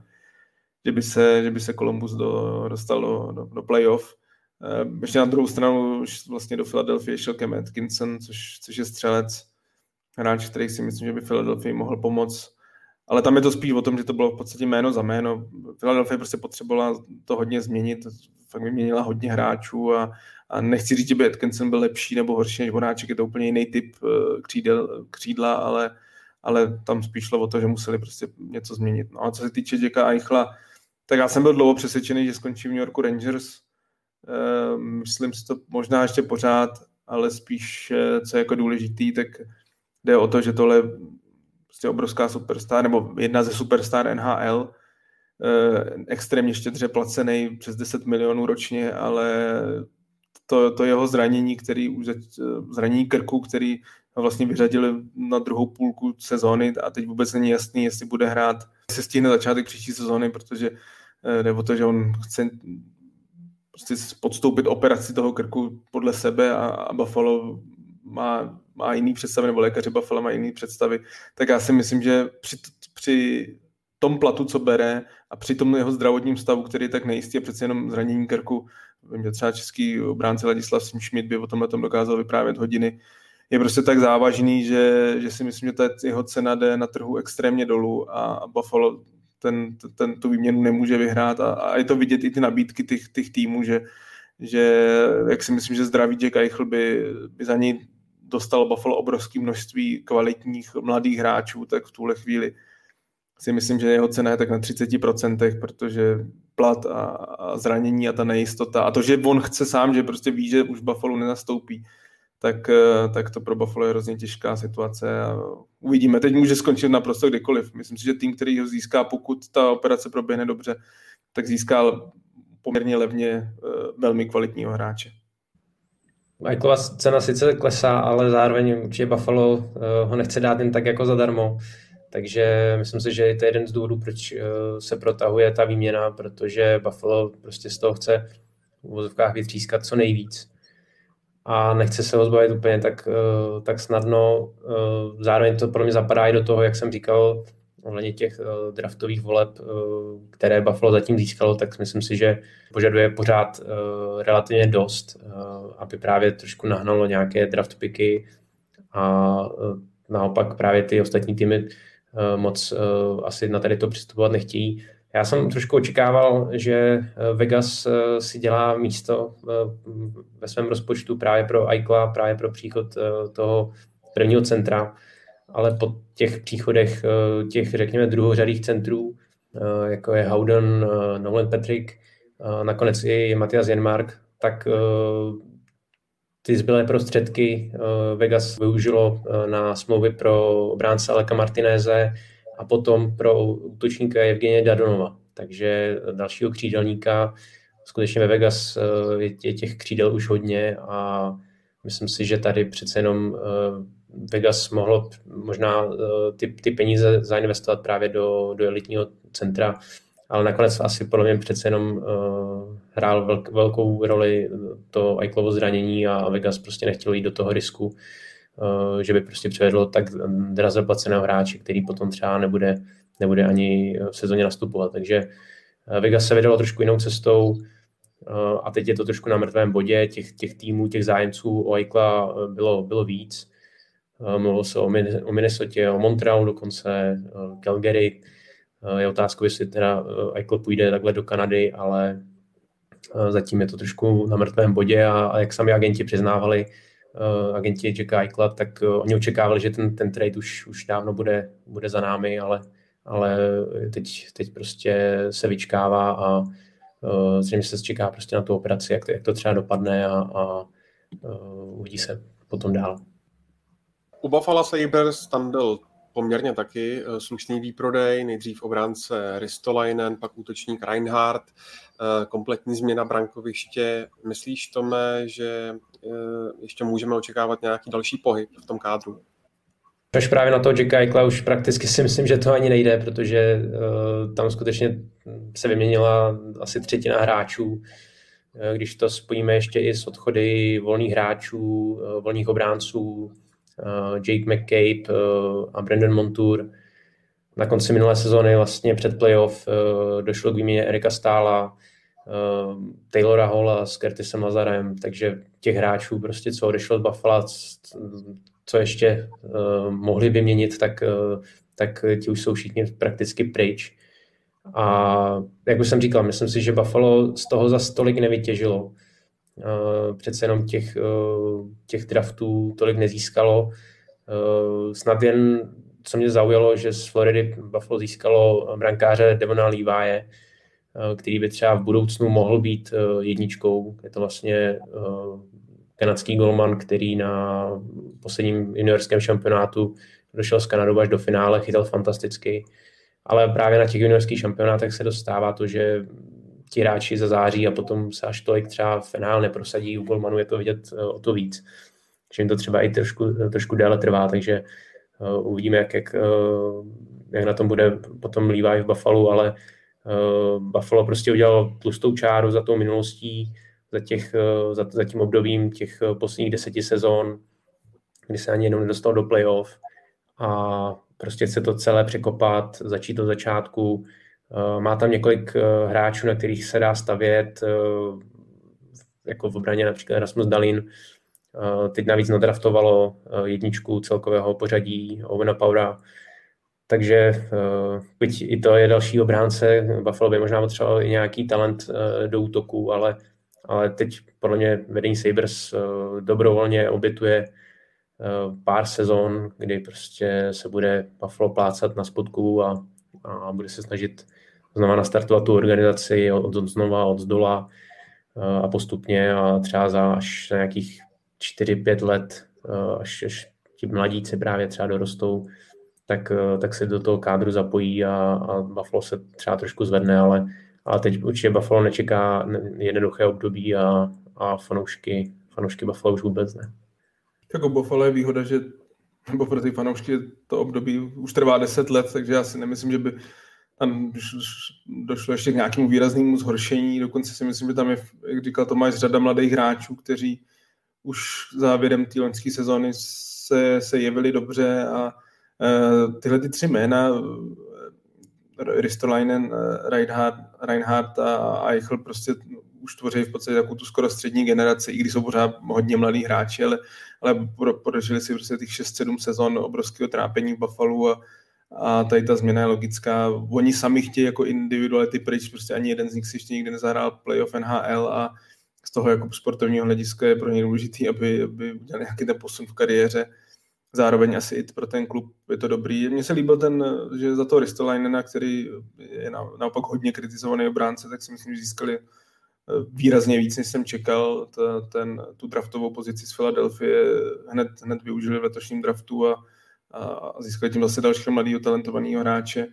že by se Columbus dostal do playoff. Ještě na druhou stranu už vlastně do Philadelphie šel Cam Atkinson, což je střelec, hráč, který si myslím, že by Philadelphia mohl pomoct. Ale tam je to spíš o tom, že to bylo v podstatě jméno za jméno. Philadelphia prostě potřebovala to hodně změnit, fakt vyměnila hodně hráčů a nechci říct, že by Atkinson byl lepší nebo horší než Voráček, je to úplně jiný typ křídla, ale tam spíš šlo o to, že museli prostě něco změnit. No a co se týče Jacka Eichla, tak já jsem byl dlouho přesvědčený, že skončí v New Yorku Rangers. Myslím si to možná ještě pořád, ale spíš, co je jako důležitý, tak jde o to, že tohle je prostě obrovská superstar, nebo jedna ze superstar NHL, extrémně štědře placený, přes 10 milionů ročně, ale to jeho zranění, zranění krku, který ho vlastně vyřadili na druhou půlku sezóny a teď vůbec není jasný, jestli bude hrát, se stihne začátek příští sezóny, protože jde o to, že on chce prostě podstoupit operaci toho krku podle sebe a Buffalo má jiný představy, nebo lékaři Buffalo má jiný představy, tak já si myslím, že při tom platu, co bere a při tom jeho zdravotním stavu, který je tak nejistý a přece jenom zranění krku, vím, že třeba český obránce Ladislav Schmidt by o tomhle dokázal vyprávět hodiny, je prostě tak závažný, že si myslím, že ta jeho cena jde na trhu extrémně dolů a Buffalo tu výměnu nemůže vyhrát a je to vidět i ty nabídky těch týmů, že jak si myslím, že zdravý Jack Eichel by za něj dostal Buffalo obrovské množství kvalitních mladých hráčů, tak v tuhle chvíli si myslím, že jeho cena je tak na 30%, protože plat a zranění a ta nejistota a to, že on chce sám, že prostě ví, že už Buffalo nenastoupí, tak to pro Buffalo je hrozně těžká situace a uvidíme. Teď může skončit naprosto kdykoliv. Myslím si, že tým, který ho získá, pokud ta operace proběhne dobře, tak získá poměrně levně velmi kvalitního hráče. Eichlova cena sice klesá, ale zároveň určitě Buffalo ho nechce dát jen tak jako zadarmo. Takže myslím si, že to je jeden z důvodů, proč se protahuje ta výměna, protože Buffalo prostě z toho chce v uvozovkách vytřískat co nejvíc. A nechce se ho zbavit úplně tak snadno. Zároveň to pro mě zapadá i do toho, jak jsem říkal, ohledně těch draftových voleb, které Buffalo zatím získalo, tak myslím si, že požaduje pořád relativně dost, aby právě trošku nahnalo nějaké draft picky a naopak právě ty ostatní týmy moc asi na tady to přistupovat nechtějí. Já jsem trošku očekával, že Vegas si dělá místo ve svém rozpočtu právě pro Eichla, právě pro příchod toho prvního centra, ale po těch příchodech těch, řekněme, druhořadých centrů, jako je Howden, Nolan Patrick, nakonec i Matthias Janmark, tak ty zbylé prostředky Vegas využilo na smlouvy pro obránce Aleka Martineze a potom pro útočníka Evgenia Dadonova. Takže dalšího křídelníka. Skutečně ve Vegas je těch křídel už hodně a myslím si, že tady přece jenom Vegas mohlo možná ty peníze zainvestovat právě do elitního centra, ale nakonec asi podle mě přece jenom hrál velkou roli to Eichlovo zranění a Vegas prostě nechtěl jít do toho risku, že by prostě přivedlo tak draze placeného hráče, který potom třeba nebude ani v sezóně nastupovat. Takže Vegas se vydalo trošku jinou cestou a teď je to trošku na mrtvém bodě. Těch týmů, těch zájemců o Eichla bylo víc. Mluvilo se o Minnesotě, o Montrealu dokonce, Calgary. Je otázkou, jestli teda Eichel půjde takhle do Kanady, ale zatím je to trošku na mrtvém bodě a jak sami agenti přiznávali, agenti Jacka Eichla, tak oni očekávali, že ten trade už dávno bude za námi, ale teď prostě se vyčkává a zřejmě se čeká prostě na tu operaci, jak to třeba dopadne a uvidí se potom dál. U Buffalo Sabres tam byl poměrně taky slušný výprodej, nejdřív obránce Ristolainen, pak útočník Reinhardt, kompletní změna brankoviště. Myslíš, Tome, že ještě můžeme očekávat nějaký další pohyb v tom kádru? Až právě na toho Jacka Eichla už prakticky si myslím, že to ani nejde, protože tam skutečně se vyměnila asi 1/3 hráčů. Když to spojíme ještě i s odchody volných hráčů, volných obránců, Jake McCabe a Brandon Montour. Na konci minulé sezóny vlastně před playoff došlo k výměně Erika Stála, Taylora Halla s Curtisem Lazarem, takže těch hráčů prostě, co odešlo z Buffalo, co ještě mohli vyměnit, tak ti už jsou všichni prakticky pryč. A jak už jsem říkal, myslím si, že Buffalo z toho zas tolik nevytěžilo. Přece jenom těch draftů tolik nezískalo. Snad jen, co mě zaujalo, že z Floridy Buffalo získalo brankáře Devona Levyje, který by třeba v budoucnu mohl být jedničkou. Je to vlastně kanadský golman, který na posledním juniorském šampionátu došel z Kanady až do finále, chytal fantasticky. Ale právě na těch juniorských šampionátech se dostává to, že ti hráči zazáří a potom se až tolik třeba v finále neprosadí. U golmanů je to vidět o to víc. Takže jim to třeba i trošku déle trvá, takže uvidíme, jak na tom bude potom Levi v Buffalo, ale Buffalo prostě udělalo tlustou čáru za tou minulostí, za tím obdobím těch posledních 10 sezon, kdy se ani jenom nedostal do playoff a prostě chce to celé překopat, začít od začátku. Má tam několik hráčů, na kterých se dá stavět, jako v obraně například Rasmus Dahlin. Teď navíc nadraftovalo jedničku celkového pořadí Owena Powera. Takže byť i to je další obránce, Buffalo by možná potřeboval i nějaký talent do útoku, ale teď podle mě vedení Sabres dobrovolně obětuje pár sezon, kdy prostě se bude Buffalo plácat na spodku a bude se snažit znova nastartovat tu organizaci od zdola a postupně a třeba za až nějakých 4-5 let, až ti mladíci právě třeba dorostou, tak se do toho kádru zapojí a Buffalo se třeba trošku zvedne, ale teď určitě Buffalo nečeká jednoduché období a fanoušky Buffalo už vůbec ne. Jako Buffalo je výhoda, že nebo pro ty fanoušky to období už trvá 10 let, takže já si nemyslím, že by tam došlo ještě k nějakému výraznému zhoršení. Dokonce si myslím, že tam je, jak říkal Tomáš, řada mladých hráčů, kteří už závěrem té loňské sezóny se jevili dobře a tyhle ty 3 jména Ristolainen, Reinhardt a Eichel prostě už tvoří v podstatě takovou tu skoro střední generaci, i když jsou pořád hodně mladí hráči, ale prožili si prostě těch 6-7 sezon obrovského trápení v Buffalo a tady ta změna je logická. Oni sami chtějí jako individuality pryč, prostě ani jeden z nich si ještě nikdy nezahrál playoff NHL a z toho jako sportovního hlediska je pro ně důležitý, aby udělal nějaký ten posun v kariéře. Zároveň asi i pro ten klub je to dobrý. Mně se líbil že za toho Ristolainena, který je naopak hodně kritizovaný obránce, tak si myslím, že získali výrazně víc, než jsem čekal. Tu draftovou pozici z Philadelphie hned využili v letošním draftu a získali tím zase dalšího mladého talentovaného hráče.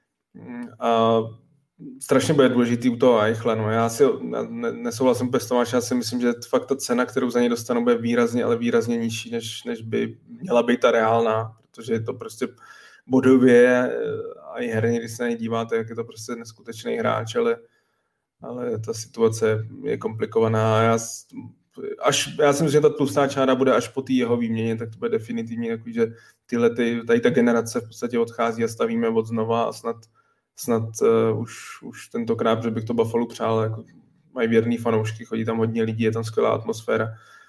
A strašně bude důležitý u toho Eichla. No, já nesouhlasím bez Tomáše, já si myslím, že fakt ta cena, kterou za něj dostanou, bude výrazně, ale výrazně nižší, než by měla být ta reálná, protože je to prostě bodově a i herně, když se na něj díváte, jak je to prostě neskutečný hráč, ale ta situace je komplikovaná. Já si myslím, že ta tlustá čára bude až po té jeho výměně, tak to bude definitivně takový, že tady ta generace v podstatě odchází a stavíme od znova a snad už tentokrát, že bych to Buffalo přál, jako mají věrný fanoušky, chodí tam hodně lidí, je tam skvělá atmosféra,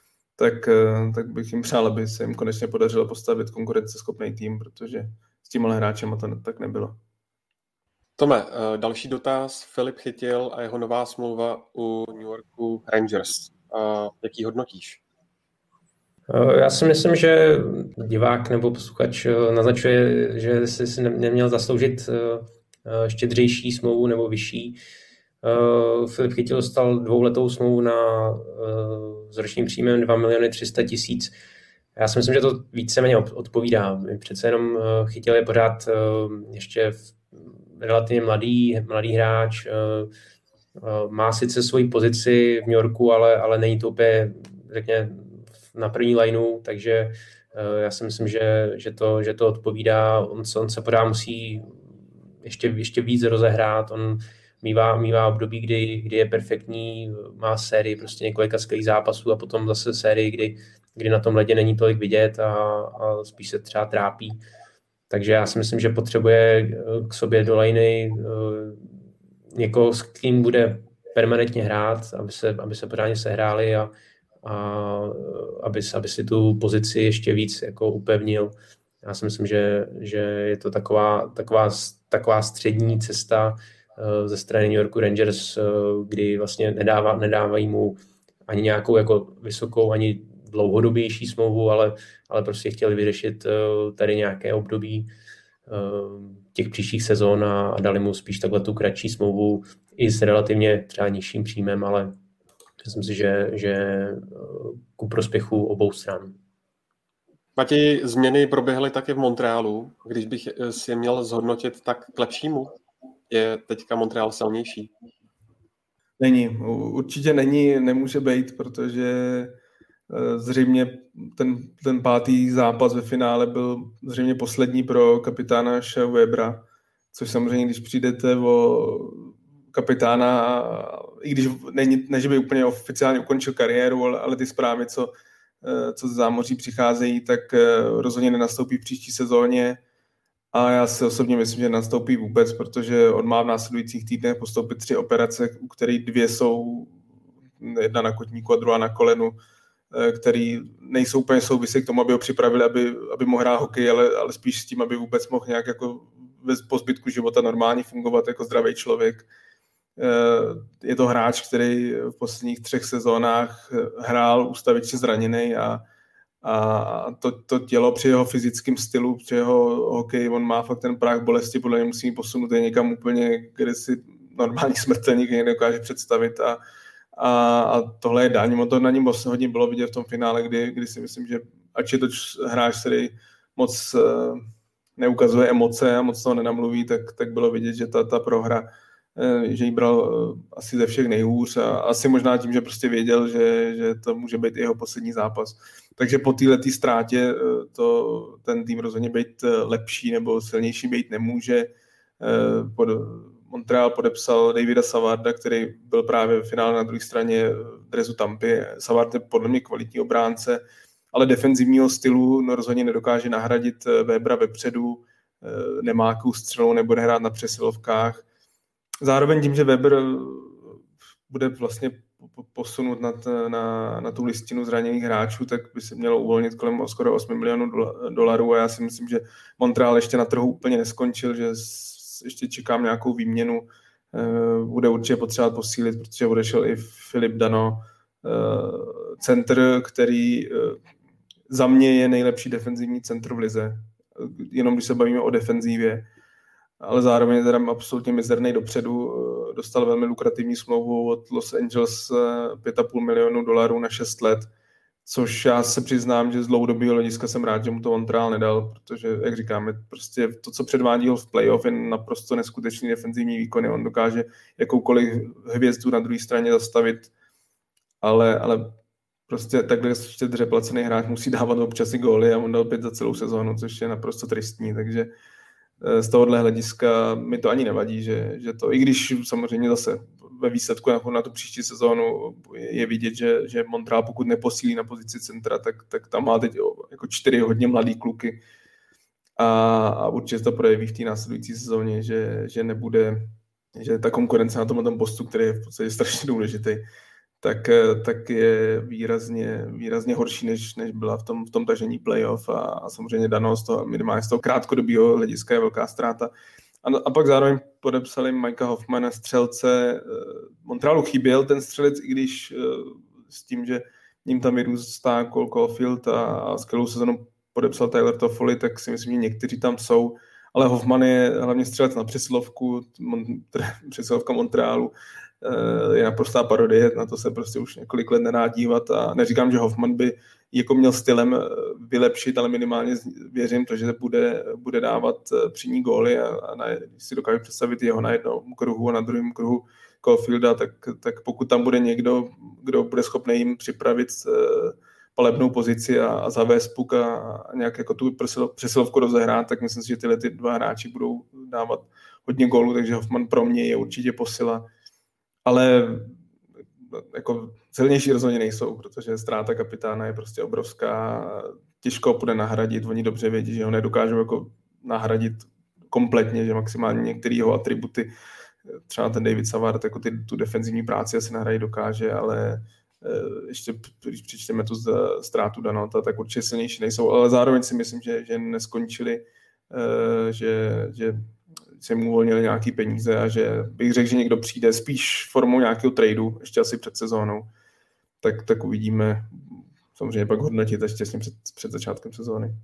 tak bych jim přál, aby se jim konečně podařilo postavit konkurenceschopný tým, protože s těma hráčema to tak nebylo. Tome, další dotaz. Filip Chytil a jeho nová smlouva u New Yorku Rangers. Jak ji hodnotíš? Já si myslím, že divák nebo posluchač naznačuje, že si neměl zasloužit štědřejší smlouvu nebo vyšší. Filip Chytil dostal 2letou smlouvu s ročním příjmem 2 300 000. Já si myslím, že to víceméně odpovídá. Přece jenom Chytil je pořád ještě relativně mladý hráč. Má sice svoji pozici v New Yorku, ale není to úplně, řekněme, na první lineu, takže já si myslím, že to odpovídá. On se pořád musí ještě víc rozehrát. On mívá období, kdy je perfektní, má sérii prostě několika skvělých zápasů a potom zase sérii, kdy na tom ledě není tolik vidět a spíš se třeba trápí. Takže já si myslím, že potřebuje k sobě do liney někoho, s kým bude permanentně hrát, aby se pořádně sehráli a aby si tu pozici ještě víc jako upevnil. Já si myslím, že je to taková střední cesta ze strany New Yorku Rangers, kdy vlastně nedávají mu ani nějakou jako vysokou, ani dlouhodobější smlouvu, ale prostě chtěli vyřešit tady nějaké období těch příštích sezon a dali mu spíš takhle tu kratší smlouvu i s relativně třeba nižším příjmem, ale myslím si, že ku prospěchu obou stran. Mati, změny proběhly taky v Montrealu. Když bych si je měl zhodnotit, tak k lepšímu? Je teďka Montreal silnější? Není. Určitě není, nemůže být, protože zřejmě ten 5. zápas ve finále byl zřejmě poslední pro kapitána Shea Webera, což samozřejmě, když přijdete o kapitána, i když ne, že by úplně oficiálně ukončil kariéru, ale ty zprávy, co z zámoří přicházejí, tak rozhodně nenastoupí v příští sezóně a já si osobně myslím, že nastoupí vůbec, protože on má v následujících týdnech postoupit 3 operace, u kterých 2 jsou, jedna na kotníku a druhá na kolenu, který nejsou úplně souvisí k tomu, aby ho připravili, aby mohl hrát hokej, ale spíš s tím, aby vůbec mohl nějak jako po zbytku života normálně fungovat jako zdravý člověk. Je to hráč, který v posledních 3 sezónách hrál ústavičně zraněný a to tělo při jeho fyzickém stylu, při jeho hokeji, on má fakt ten práh bolesti, podle mě musí posunout někam úplně, kde si normální smrtelník nedokáže představit a tohle je daň. To na něm hodně bylo vidět v tom finále, kdy si myslím, že ač je to hráč, který moc neukazuje emoce a moc toho nenamluví, tak bylo vidět, že ta prohra, že jí bral asi ze všech nejhůř a asi možná tím, že prostě věděl, že to může být jeho poslední zápas. Takže po této ztrátě ten tým rozhodně být lepší nebo silnější být nemůže. Montreal podepsal Davida Savarda, který byl právě v finále na druhé straně dresu Tampy. Savard je podle mě kvalitní obránce, ale defenzivního stylu rozhodně nedokáže nahradit Webera vepředu, nemá jakou střelu, nebude hrát na přesilovkách. Zároveň tím, že Weber bude vlastně posunut na tu listinu zraněných hráčů, tak by se mělo uvolnit kolem skoro $8 milionů a já si myslím, že Montreal ještě na trhu úplně neskončil, že ještě čekám nějakou výměnu. Bude určitě potřebovat posílit, protože odešel i Filip Dano, center, který za mě je nejlepší defenzivní centr v lize. Jenom když se bavíme o defenzívě, ale zároveň je teda absolutně mizerný dopředu. Dostal velmi lukrativní smlouvu od Los Angeles $5,5 milionu na 6 let, což já se přiznám, že z dlouhodobého hlediska jsem rád, že mu to Montreal nedal, protože, jak říkáme, prostě to, co předvádí v playoff, je naprosto neskutečný defenzivní výkony. On dokáže jakoukoliv hvězdu na druhé straně zastavit, ale prostě takhle štědře placený hráč musí dávat občas i góly a on dal 5 za celou sezónu, což je naprosto tristní, takže z tohohle hlediska mi to ani nevadí, že to, i když samozřejmě zase ve výsledku na tu příští sezónu je vidět, že Montreal, pokud neposílí na pozici centra, tak tam má teď jako 4 hodně mladý kluky a určitě to projeví v té následující sezóně, že nebude, že ta konkurence na tomhle postu, který je v podstatě strašně důležitý, tak je výrazně horší, než byla v tom tažení playoff a samozřejmě Dano minimálně z toho krátkodobého hlediska je velká ztráta. A pak zároveň podepsali Mikea Hoffmana, střelce. Montrealu chyběl ten střelec, i když s tím, že ním tam vyrůstá Cole Caulfield a skvělou sezonu podepsal Tyler Toffoli, tak si myslím, že někteří tam jsou, ale Hoffman je hlavně střelec na přesilovku, přesilovka Montrealu je naprostá parodie, na to se prostě už několik let nedá dívat a neříkám, že Hoffman by jako měl stylem vylepšit, ale minimálně věřím to, že bude dávat přímý góly a když si dokážu představit jeho na jednom kruhu a na druhém kruhu Caulfielda, tak pokud tam bude někdo, kdo bude schopný jim připravit palebnou pozici a zavést puk a nějak jako tu přesilovku rozehrát, tak myslím si, že tyhle ty dva hráči budou dávat hodně gólů, takže Hoffman pro mě je určitě posila. Ale jako silnější rozhodně nejsou, protože ztráta kapitána je prostě obrovská, těžko ho bude nahradit, oni dobře vědí, že ho nedokážou jako nahradit kompletně, že maximálně některé jeho atributy, třeba ten David Savard, jako tu defenzivní práci asi nahradit dokáže, ale ještě když přičteme tu ztrátu Danota, tak určitě silnější nejsou, ale zároveň si myslím, že neskončili, že se mu uvolnili nějaký peníze a že bych řekl, že někdo přijde spíš formou nějakého tradu, ještě asi před sezónou, tak uvidíme. Samozřejmě pak hodnotit až těsně před začátkem sezóny.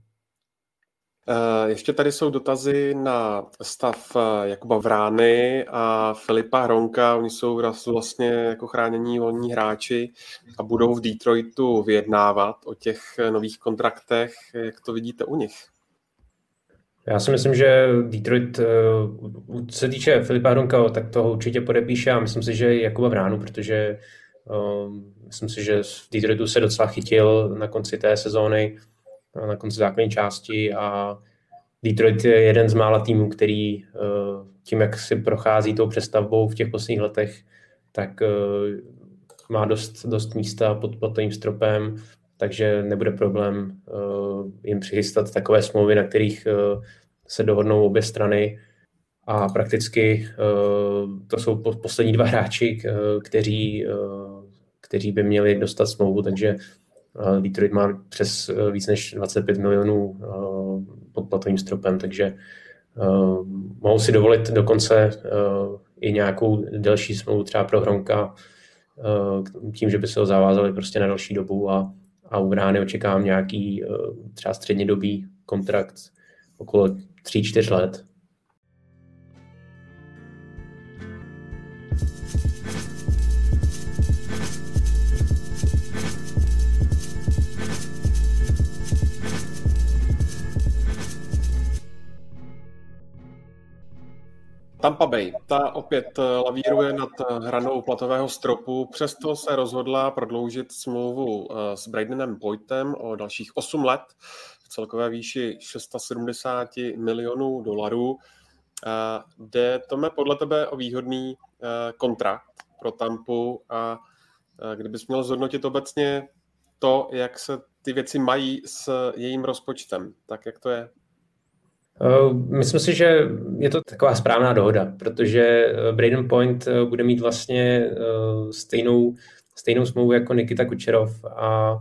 Ještě tady jsou dotazy na stav Jakuba Vrány a Filipa Hronka. Oni jsou vlastně jako chránění volní hráči a budou v Detroitu vyjednávat o těch nových kontraktech. Jak to vidíte u nich? Já si myslím, že Detroit, co se týče Filipa Hronka, tak toho určitě podepíše a myslím si, že Jakuba Vránu, protože myslím si, že v Detroitu se docela chytil na konci té sezóny, na konci základní části a Detroit je jeden z mála týmů, který tím, jak si prochází tou přestavbou v těch posledních letech, tak má dost místa pod platovým stropem, takže nebude problém jim přichystat takové smlouvy, na kterých se dohodnou obě strany a prakticky to jsou poslední dva hráči, kteří by měli dostat smlouvu, takže Detroit má přes víc než 25 milionů pod platovým stropem, takže mohou si dovolit dokonce i nějakou delší smlouvu třeba pro Hronka tím, že by se ho zavázali prostě na další dobu a u Vrány očekávám nějaký třeba střednědobý kontrakt okolo 3-4 let. Tampa Bay, ta opět lavíruje nad hranou platového stropu, přesto se rozhodla prodloužit smlouvu s Bradenem Poitem o dalších 8 let v celkové výši 670 milionů dolarů. Jde, Tome, podle tebe o výhodný kontrakt pro Tampu a kdybys měl zhodnotit obecně to, jak se ty věci mají s jejím rozpočtem, tak jak to je? Myslím si, že je to taková správná dohoda, protože Braden Point bude mít vlastně stejnou smlouvu jako Nikita Kučerov a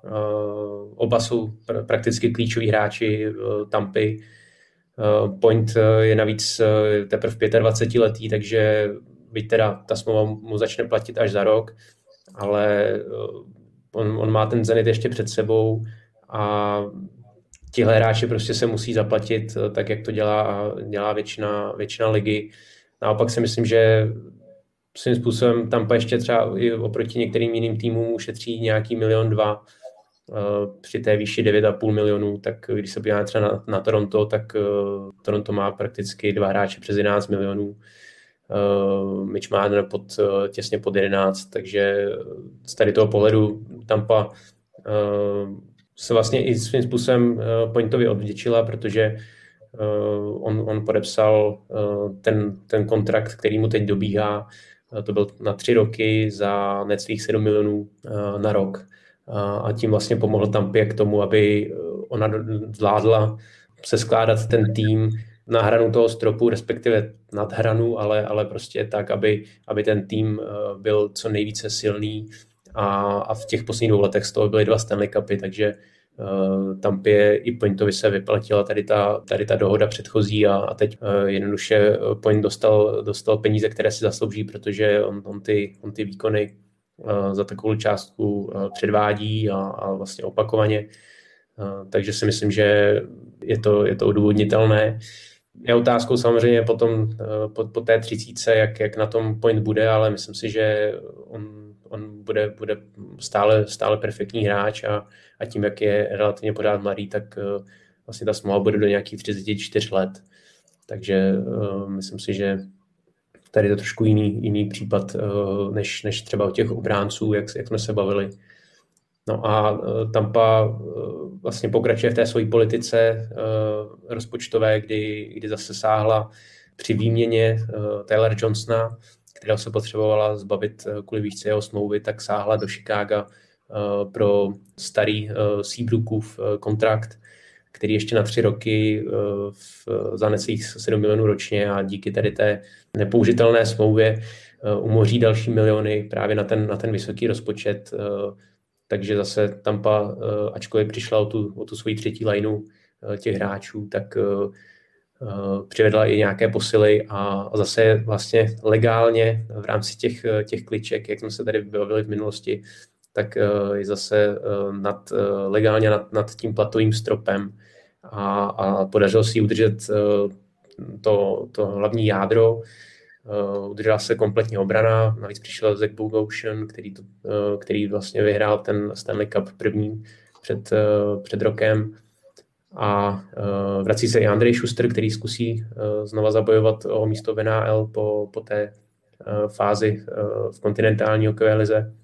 oba jsou prakticky klíčoví hráči Tampy. Point je navíc teprve 25letý, takže byť teda ta smlouva mu začne platit až za rok, ale on má ten Zenit ještě před sebou a tihle hráči prostě se musí zaplatit tak, jak to dělá většina ligy. Naopak si myslím, že svým způsobem Tampa ještě třeba i oproti některým jiným týmům ušetří nějaký 1-2 miliony při té výši 9,5 milionů, tak když se podíváme třeba na Toronto, tak Toronto má prakticky 2 hráče přes 11 milionů. Mitch Marner těsně pod 11, takže z tady toho pohledu Tampa se vlastně i svým způsobem Pointovi odvděčila, protože on podepsal ten kontrakt, který mu teď dobíhá. To byl na 3 roky za necelých 7 milionů na rok. A tím vlastně pomohl Tampě k tomu, aby ona zvládla se skládat ten tým na hranu toho stropu, respektive nad hranu, ale prostě tak, aby ten tým byl co nejvíce silný. A v těch posledních 2 letech z toho byly 2 Stanley Cupy, takže Tampě i Pointovi se vyplatila tady ta dohoda předchozí a teď jednoduše Point dostal peníze, které si zaslouží, protože on ty výkony za takovou částku předvádí a vlastně opakovaně. Takže si myslím, že je to odůvodnitelné. Je otázkou samozřejmě potom po té 30, jak na tom Point bude, ale myslím si, že on bude stále perfektní hráč a tím, jak je relativně pořád mladý, tak vlastně ta smlouva bude do nějakých 34 let. Takže myslím si, že tady je to trošku jiný případ, než třeba u těch obránců, jak jsme se bavili. No a Tampa vlastně pokračuje v té své politice rozpočtové, kdy zase sáhla při výměně Tyler Johnsona, kterého se potřebovala zbavit kvůli výšce jeho smlouvy, tak sáhla do Chicaga pro starý Seabrookův kontrakt, který ještě na 3 roky za necelých 7 milionů ročně a díky tady té nepoužitelné smlouvě umoří další miliony právě na ten vysoký rozpočet. Takže zase Tampa, ačkoliv přišla o tu svoji třetí lineu těch hráčů, tak přivedla i nějaké posily a zase vlastně legálně v rámci těch kliček, jak jsme se tady bavili v minulosti, tak je zase legálně nad tím platovým stropem a podařilo si udržet to hlavní jádro. Udržela se kompletně obrana, navíc přišel Zach Bogosian, který vlastně vyhrál ten Stanley Cup první před rokem. A vrací se i Andrej Schuster, který zkusí znova zabojovat o místo v NHL po té fázi v kontinentální hokejové lize.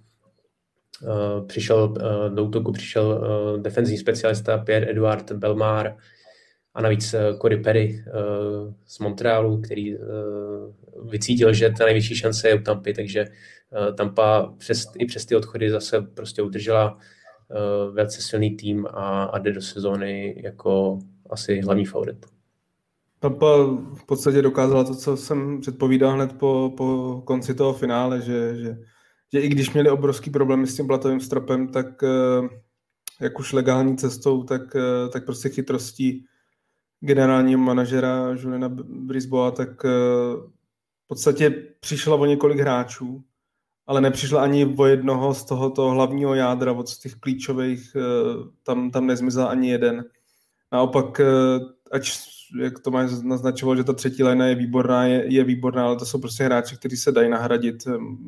Do útoku přišel defenzivní specialista Pierre-Edouard Bellemare a navíc Corey Perry z Montrealu, který vycítil, že ta největší šance je u Tampy, takže Tampa i přes ty odchody zase prostě udržela velice silný tým a jde do sezóny jako asi hlavní favorit. Tampa v podstatě dokázala to, co jsem předpovídal hned po konci toho finále, že i když měli obrovský problémy s tím platovým stropem, tak jak už legální cestou, tak prostě chytrostí generálního manažera Juliana Briseboa, tak v podstatě přišla o několik hráčů, ale nepřišla ani o jednoho z tohoto hlavního jádra, od těch klíčových, tam nezmizel ani jeden. Naopak, ať jak to máš naznačoval, že ta třetí line je výborná, ale to jsou prostě hráči, kteří se dají nahradit.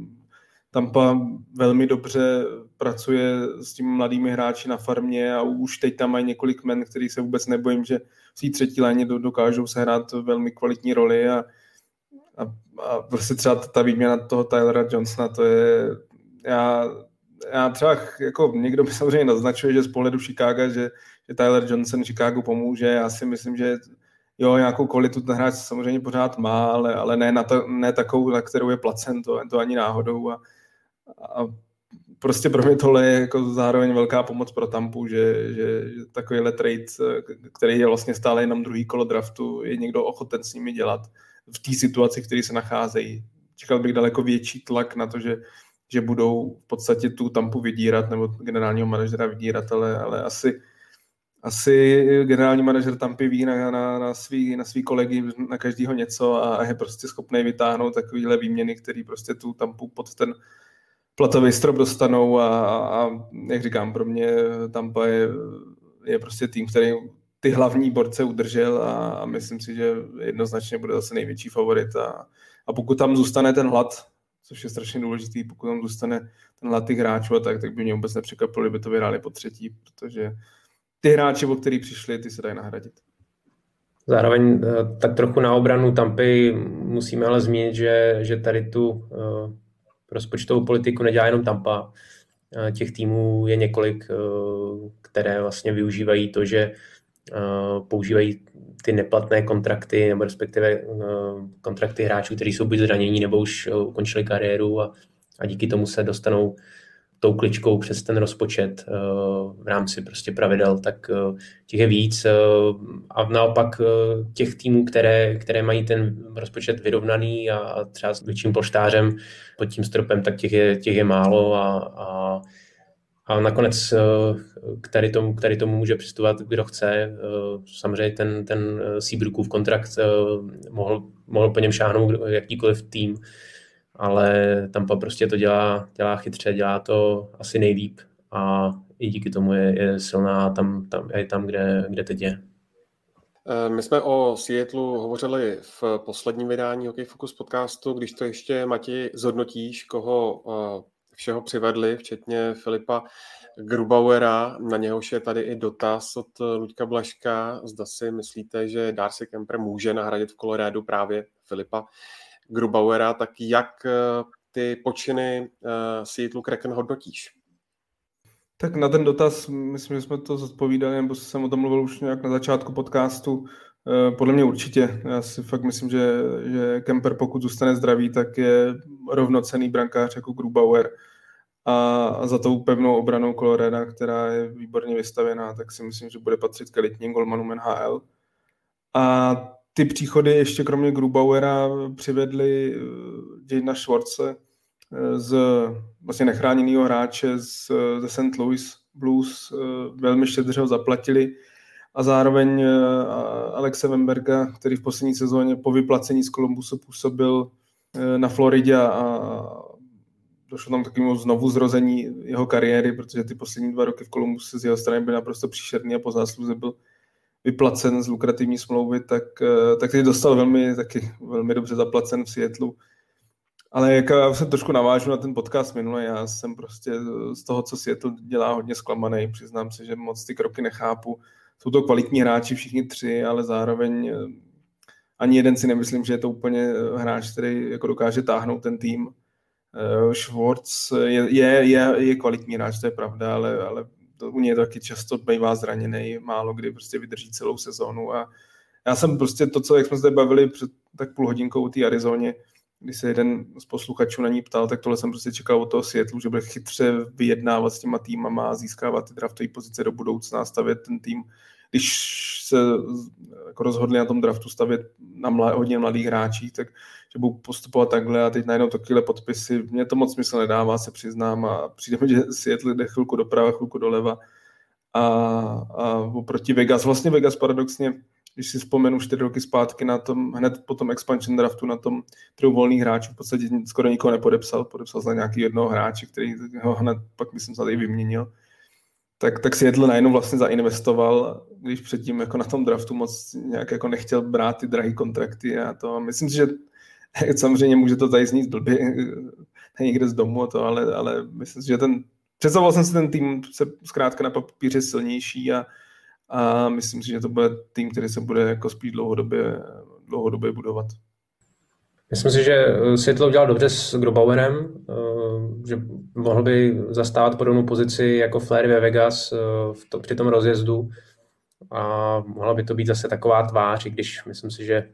Tampa velmi dobře pracuje s těmi mladými hráči na farmě a už teď tam mají několik men, který se vůbec nebojím, že v té třetí léně dokážou sehrát velmi kvalitní roli a prostě třeba ta výměna toho Tylera Johnsona, to je... Já třeba, jako někdo mi samozřejmě naznačuje, že z pohledu Chicaga, že Tyler Johnson Chicagu pomůže. Já si myslím, že jo, nějakou kvalitu ten hráč samozřejmě pořád má, ale ne takovou, na kterou je placen, to ani náhodou. A prostě pro mě tohle je jako zároveň velká pomoc pro Tampu, že takovýhle trade, který je vlastně stále jenom druhý kolo draftu, je někdo ochoten s nimi dělat v té situaci, v které se nacházejí. Čekal bych daleko větší tlak na to, že budou v podstatě tu Tampu vydírat, nebo generálního manažera vydírat, ale asi generální manažer Tampy ví na svý kolegy, na každýho něco a je prostě schopný vytáhnout takovýhle výměny, který prostě tu Tampu pod ten platový strop dostanou a jak říkám, pro mě Tampa je prostě tým, který ty hlavní borce udržel a myslím si, že jednoznačně bude zase největší favorit a pokud tam zůstane ten hlad, což je strašně důležitý, pokud tam zůstane ten hlad těch hráčů a tak by mě vůbec nepřekvapilo, kdyby to vyhráli po třetí, protože ty hráči, o který přišli, ty se dají nahradit. Zároveň tak trochu na obranu Tampy musíme ale zmínit, že tady tu rozpočtovou politiku nedělá jenom Tampa. Těch týmů je několik, které vlastně využívají to, že používají ty neplatné kontrakty, nebo respektive kontrakty hráčů, kteří jsou buď zranění, nebo už ukončili kariéru a díky tomu se dostanou tou kličkou přes ten rozpočet v rámci prostě pravidel, tak těch je víc. A naopak těch týmů, které mají ten rozpočet vyrovnaný a třeba s větším polštářem pod tím stropem, tak těch je málo a nakonec k tady tomu může přistupovat, kdo chce. Samozřejmě ten Seabrookův kontrakt mohl po něm šáhnout jakýkoliv tým ale Tampa prostě to dělá chytře, dělá to asi nejlíp a i díky tomu je silná tam, kde teď je. My jsme o Seattlu hovořili v posledním vydání Hockey Focus podcastu, když to ještě, Mati, zhodnotíš, koho všeho přivedli, včetně Filipa Grubauera, na něhož je tady i dotaz od Luďka Blažka. Zda si myslíte, že Darcy Kuemper může nahradit v Coloradu právě Filipa Grubauera, tak jak ty počiny Seattle Kraken hodnotíš? Tak na ten dotaz, myslím, že jsme to zodpovídali, nebo jsem o tom mluvil už nějak na začátku podcastu. Podle mě určitě. Já si fakt myslím, že Kuemper, pokud zůstane zdravý, tak je rovnocenný brankář jako Grubauer. A za tou pevnou obranou Colorada, která je výborně vystavěná, tak si myslím, že bude patřit k elitním golmanům NHL. A ty příchody ještě kromě Grubauera přivedli Jadena Schwartze z vlastně nechráněného hráče ze St. Louis Blues, velmi štědře ho zaplatili, a zároveň Alexe Wennberga, který v poslední sezóně po vyplacení z Columbusu působil na Floridě a došlo tam takovému znovu zrození jeho kariéry, protože ty poslední 2 roky v Columbusu z jeho strany byly naprosto příšerný a po zásluze byl vyplacen z lukrativní smlouvy, tak teď dostal velmi dobře zaplacen v Seattlu. Ale já se trošku navážu na ten podcast minule, já jsem prostě z toho, co Seattle dělá, hodně zklamaný. Přiznám se, že moc ty kroky nechápu. Jsou to kvalitní hráči všichni 3, ale zároveň ani jeden si nemyslím, že je to úplně hráč, který jako dokáže táhnout ten tým. Schwartz je kvalitní hráč, to je pravda, ale u něj taky často bývá zraněný, málo kdy prostě vydrží celou sezónu. A já jsem prostě to, co jak jsme se bavili před tak půl hodinkou o té Arizoně, když se jeden z posluchačů na ní ptal, tak tohle jsem prostě čekal od toho Seattlu, že bude chytře vyjednávat s těma týmama a získávat ty draftové pozice do budoucna, stavět ten tým. Když se jako rozhodli na tom draftu stavět na hodně mladých hráčích, tak že budou postupovat takhle a teď najednou takovéhle podpisy. Mně to moc smysl nedává, se přiznám, a přijde mi, že Seattle jde chvilku doprava, chvilku doleva a oproti Vegas. Vlastně Vegas paradoxně, když si vzpomenu 4 roky zpátky na tom, hned po tom expansion draftu, na tom trhu volných hráčů, v podstatě skoro nikoho nepodepsal, podepsal za nějaký jednoho hráče, který ho hned pak, myslím, tady vyměnil. Tak Seattle najednou vlastně zainvestoval, když předtím jako na tom draftu moc nějak jako nechtěl brát ty drahé kontrakty a to. Myslím si, že samozřejmě může to tady znít blbě někde z domu, to, ale myslím si, že představoval jsem si ten tým se zkrátka na papíře silnější a myslím si, že to bude tým, který se bude jako spíš dlouhodobě budovat. Myslím si, že Seattle udělal dobře s Grubauerem, že mohl by zastávat podobnou pozici jako Flair ve Vegas při tom rozjezdu a mohla by to být zase taková tvář, i když myslím si, že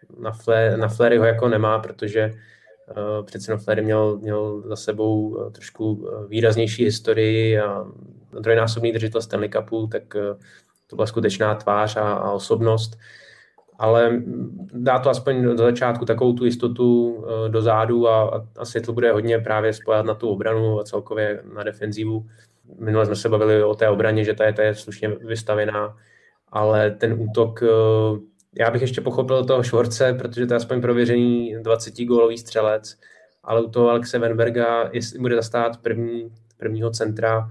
na Flairy ho jako nemá, protože přece no Flair měl za sebou trošku výraznější historii a trojnásobný držitel Stanley Cupu, tak to byla skutečná tvář a osobnost. Ale dá to aspoň do začátku takovou tu jistotu do zádu a Seattle bude hodně právě spojat na tu obranu a celkově na defenzivu. Minule jsme se bavili o té obraně, že ta je slušně vystavená, ale ten útok, já bych ještě pochopil toho Schwartze, protože to je aspoň prověřený 20-gólový střelec, ale u toho Alexe Wennberga, jestli bude zastávat prvního centra,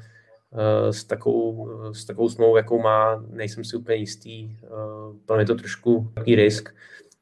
s takovou smlouvou, jakou má, nejsem si úplně jistý. Pro mě to trošku takový risk.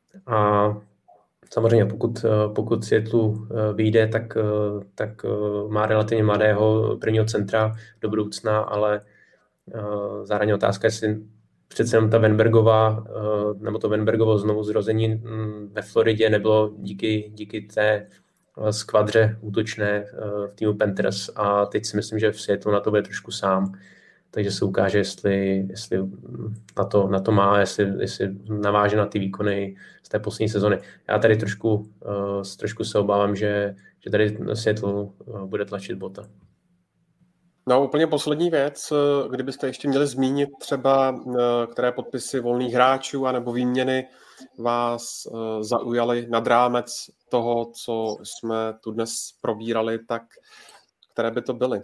A samozřejmě pokud Seattle vyjde, tak má relativně mladého prvního centra do budoucna, ale zároveň otázka, jestli přece jenom ta Wennbergová, nebo to Wennbergovo znovu zrození ve Floridě nebylo díky té skvadře útočné v týmu Panthers a teď si myslím, že v Seattle na to bude trošku sám, takže se ukáže, jestli na to má, jestli naváže na ty výkony z té poslední sezony. Já tady trošku se obávám, že tady Seattle bude tlačit bota. No, úplně poslední věc, kdybyste ještě měli zmínit třeba, které podpisy volných hráčů anebo výměny vás zaujaly nad rámec toho, co jsme tu dnes probírali, tak které by to byly?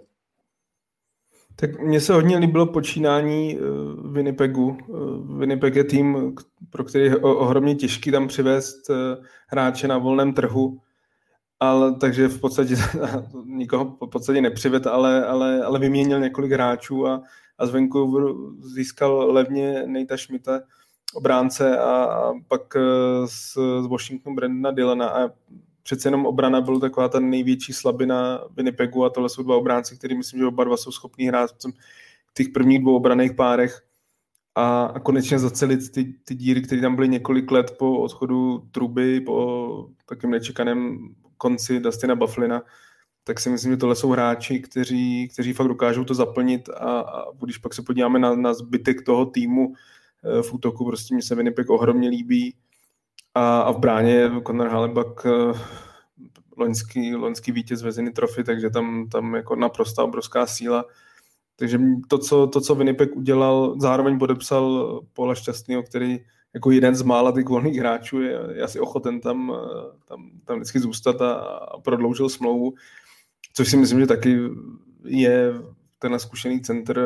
Tak mně se hodně líbilo počínání Winnipegu. Winnipeg je tým, pro který je ohromně těžký tam přivést hráče na volném trhu. ale takže v podstatě nikoho v podstatě nepřived, ale vyměnil několik hráčů a z Vancouveru získal levně Natea Schmidta, obránce, a pak z Washingtonu Brandona Dillona, a přece jenom obrana byla taková ta největší slabina Winnipegu, a tohle jsou dva obránci, který myslím, že oba dva jsou schopní hrát v těch prvních dvou obranných párech a konečně zacelit ty díry, které tam byly několik let po odchodu Truby, po takým nečekaném konci Dustina Byfugliena. Tak si myslím, že tohle jsou hráči, kteří fakt dokážou to zaplnit, a když pak se podíváme na zbytek toho týmu v útoku, prostě mi se Winnipeg ohromně líbí, a v bráně Connor Hellebuyck, loňský vítěz Veziny trofy, takže tam jako naprosto obrovská síla. Takže to, co Winnipeg udělal, zároveň podepsal Paula Šťastného, který jako jeden z mála těch volných hráčů je asi ochoten tam vždycky zůstat a prodloužil smlouvu, což si myslím, že taky je tenhle zkušený center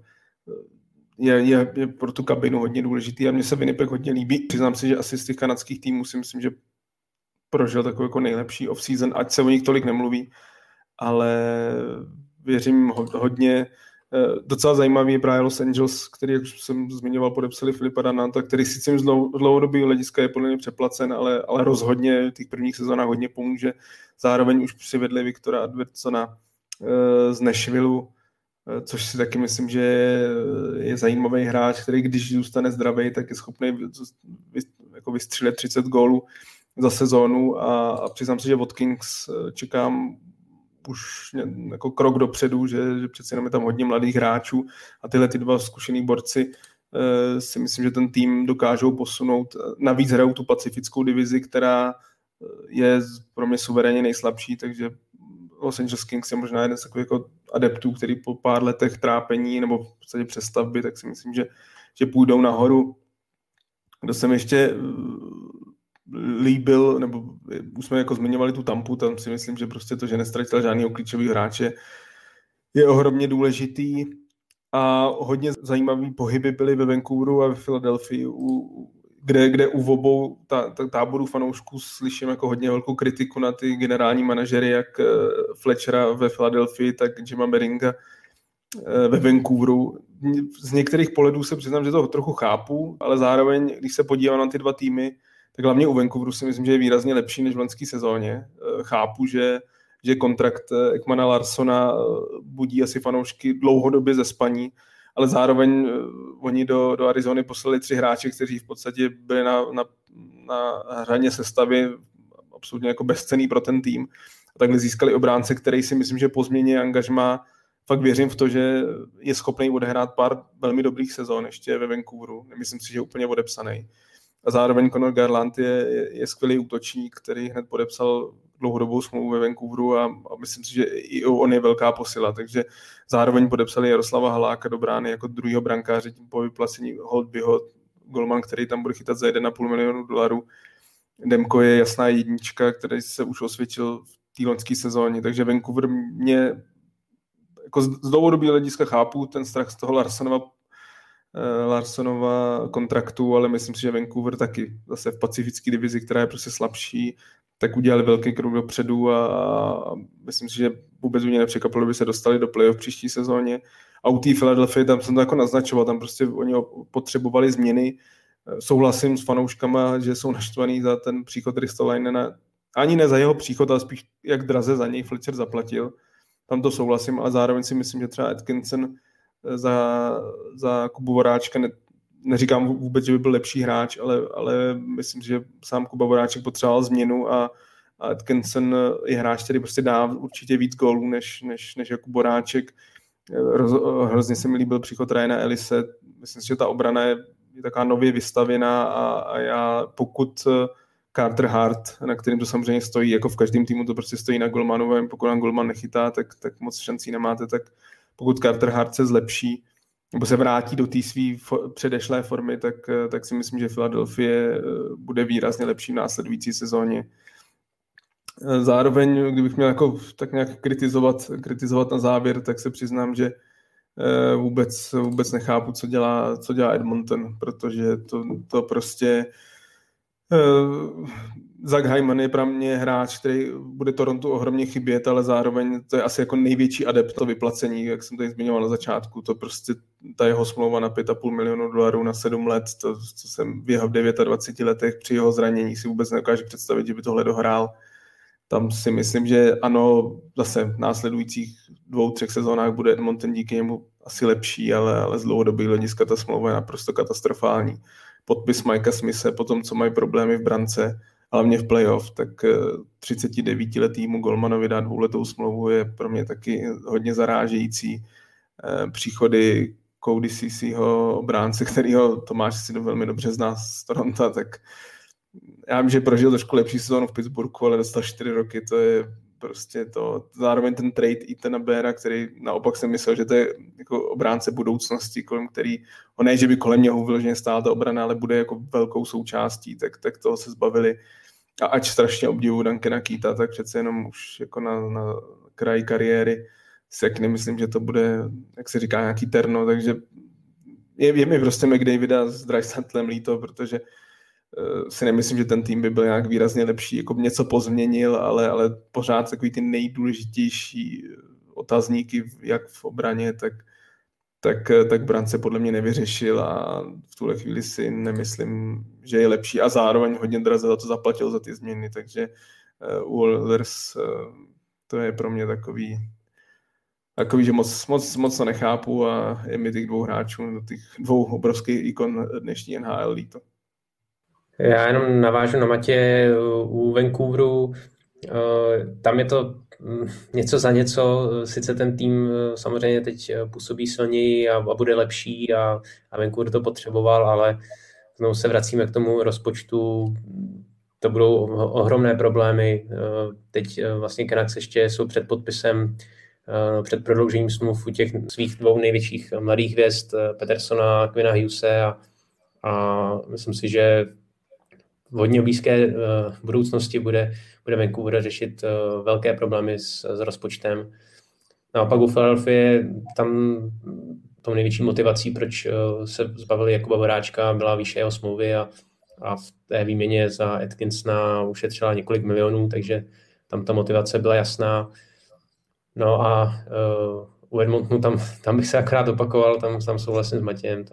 je pro tu kabinu hodně důležitý, a mně se Winnipeg hodně líbí. Přiznám si, že asi z těch kanadských týmů si myslím, že prožil takový jako nejlepší off-season, ať se o nich tolik nemluví, ale věřím hodně. Docela zajímavý je právě Los Angeles, který, jak jsem zmiňoval, podepsali Filipa Dananta, který sice z dlouhodobého hlediska je podle mě přeplacen, ale rozhodně v těch prvních sezónách hodně pomůže. Zároveň už přivedli Viktora Edwardsona z Nashvilleu, což si taky myslím, že je zajímavý hráč, který když zůstane zdravý, tak je schopný jako vystřílet 30 gólů za sezónu, a přiznám si, že od Kings čekám už jako krok dopředu, že přeci jenom je tam hodně mladých hráčů, a tyhle ty dva zkušený borci si myslím, že ten tým dokážou posunout. Navíc hrajou tu pacifickou divizi, která je pro mě suverénně nejslabší, takže Los Angeles Kings je možná jeden z takových jako adeptů, který po pár letech trápení nebo v podstatě přestavby, tak si myslím, že půjdou nahoru. Kdo jsem ještě líbil, nebo už jsme jako zmiňovali tu Tampu, tam si myslím, že prostě to, že nestratil žádného klíčového hráče, je ohromně důležitý, a hodně zajímavý pohyby byly ve Vancouveru a ve Philadelphii, kde u obou táborů fanoušků slyším jako hodně velkou kritiku na ty generální manažery, jak Fletchera ve Philadelphii, tak Jima Beringa ve Vancouveru. Z některých pohledů se přiznám, že to trochu chápu, ale zároveň, když se podívám na ty dva týmy, tak hlavně u Vancouveru si myslím, že je výrazně lepší než v loňské sezóně. Chápu, že kontrakt Ekmana Larssona budí asi fanoušky dlouhodobě ze spaní, ale zároveň oni do Arizony poslali 3 hráče, kteří v podstatě byli na hraně sestavy absolutně jako bezcenný pro ten tým. A takhle získali obránce, který si myslím, že po změně angažmá fakt věřím v to, že je schopný odehrát pár velmi dobrých sezón ještě ve Vancouveru. Nemyslím si, že je úplně odepsaný. A zároveň Conor Garland je skvělý útočník, který hned podepsal dlouhodobou smlouvu ve Vancouveru, a myslím si, že i on je velká posila. Takže zároveň podepsali Jaroslava Haláka do brány jako druhýho brankáře tím po vyplacení Holtbyho, golman, který tam bude chytat za $1,5 milionu. Demko je jasná jednička, který se už osvědčil v té loňské sezóně. Takže Vancouver mě jako z dlouhodobého hlediska chápu ten strach z toho Larssonova kontraktu, ale myslím si, že Vancouver taky zase v pacifické divizi, která je prostě slabší, tak udělali velký krok dopředu, a myslím si, že vůbec mě nepřekvapilo, by se dostali do playoff příští sezóně. A u té Philadelphia, tam jsem to jako naznačoval, tam prostě oni potřebovali změny. Souhlasím s fanouškama, že jsou naštvaný za ten příchod Ristolainena, ani ne za jeho příchod, ale spíš jak draze za něj Fletcher zaplatil. Tam to souhlasím, ale zároveň si myslím, že třeba Atkinson za Kubu Voráčka, neříkám vůbec, že by byl lepší hráč, ale myslím, že sám Kuba Voráček potřeboval změnu, a Atkinson je hráč, který prostě dá určitě víc gólů než Jakub Voráček. Hrozně se mi líbil příchod Ryana Ellise. Myslím si, že ta obrana je taková nově vystavěná, a já pokud Carter Hart, na kterým to samozřejmě stojí, jako v každém týmu to prostě stojí na golmanovém, pokud nám golman nechytá, tak moc šancí nemáte, tak pokud Carter Hart se zlepší nebo se vrátí do té své předešlé formy, tak si myslím, že Philadelphia bude výrazně lepší v následující sezóně. Zároveň, kdybych měl jako tak nějak kritizovat na závěr, tak se přiznám, že vůbec nechápu, co dělá Edmonton, protože to prostě Zach Hyman je pro mě hráč, který bude Torontu ohromně chybět, ale zároveň to je asi jako největší adept to vyplacení, jak jsem tady zmiňoval na začátku. To prostě ta jeho smlouva na $5,5 milionu na 7 let, to co jsem v jeho 29 letech při jeho zranění si vůbec nedokážu představit, že by tohle dohrál. Tam si myslím, že ano, zase v následujících 2-3 sezónách bude Edmonton díky němu asi lepší, ale z dlouhodobých hlediska ta smlouva je naprosto katastrofální. Podpis Mikea Smithe po tom, co mají problémy v brance, hlavně v playoff, tak 39-letýmu golmanovi dát 2letou smlouvu je pro mě taky hodně zarážející. Příchody Cody Ceciho, obránce, kterýho Tomáš si velmi dobře zná z Toronto, tak já vím, že prožil trošku lepší sezónu v Pittsburghu, ale dostal 4 roky, to je prostě to. Zároveň ten trade Ethana Beara, který naopak jsem myslel, že to je jako obránce budoucnosti, kolem který, ne, že by kolem něho vyloženě stála ta obrana, ale bude jako velkou součástí, tak toho se zbavili. A ač strašně obdivuju Duncana Keitha, tak přece jenom už jako na kraji kariéry si nemyslím, že to bude, jak se říká, nějaký terno, takže je mi prostě McDavida s Dreisaitlem líto, protože si nemyslím, že ten tým by byl nějak výrazně lepší, jako něco pozměnil, ale pořád takový ty nejdůležitější otazníky, jak v obraně, tak brance podle mě nevyřešil a v tuhle chvíli si nemyslím, že je lepší a zároveň hodně draze za to zaplatil za ty změny, takže Oilers to je pro mě takový, že moc to nechápu a je mi těch 2 hráčů, těch 2 obrovských ikon dnešní NHL líto. Já jenom navážu na Matě u Vancouveru. Tam je to něco za něco. Sice ten tým samozřejmě teď působí silněji a bude lepší a Vancouver to potřeboval, ale znovu se vracíme k tomu rozpočtu. To budou ohromné problémy. Teď vlastně Canucks ještě jsou před podpisem, před prodloužením smluv u těch svých 2 největších mladých hvězd, Petersona a Quinna Hughese a myslím si, že v hodně blízké budoucnosti bude Vancouver řešit velké problémy s rozpočtem. Naopak u Philadelphia tam tou největší motivací, proč se zbavili Jakuba Voráčka, byla výše jeho smlouvy a v té výměně za Atkinsona ušetřila několik milionů, takže tam ta motivace byla jasná. No a u Edmontonu tam bych se akorát opakoval, tam souhlasím s Matějem.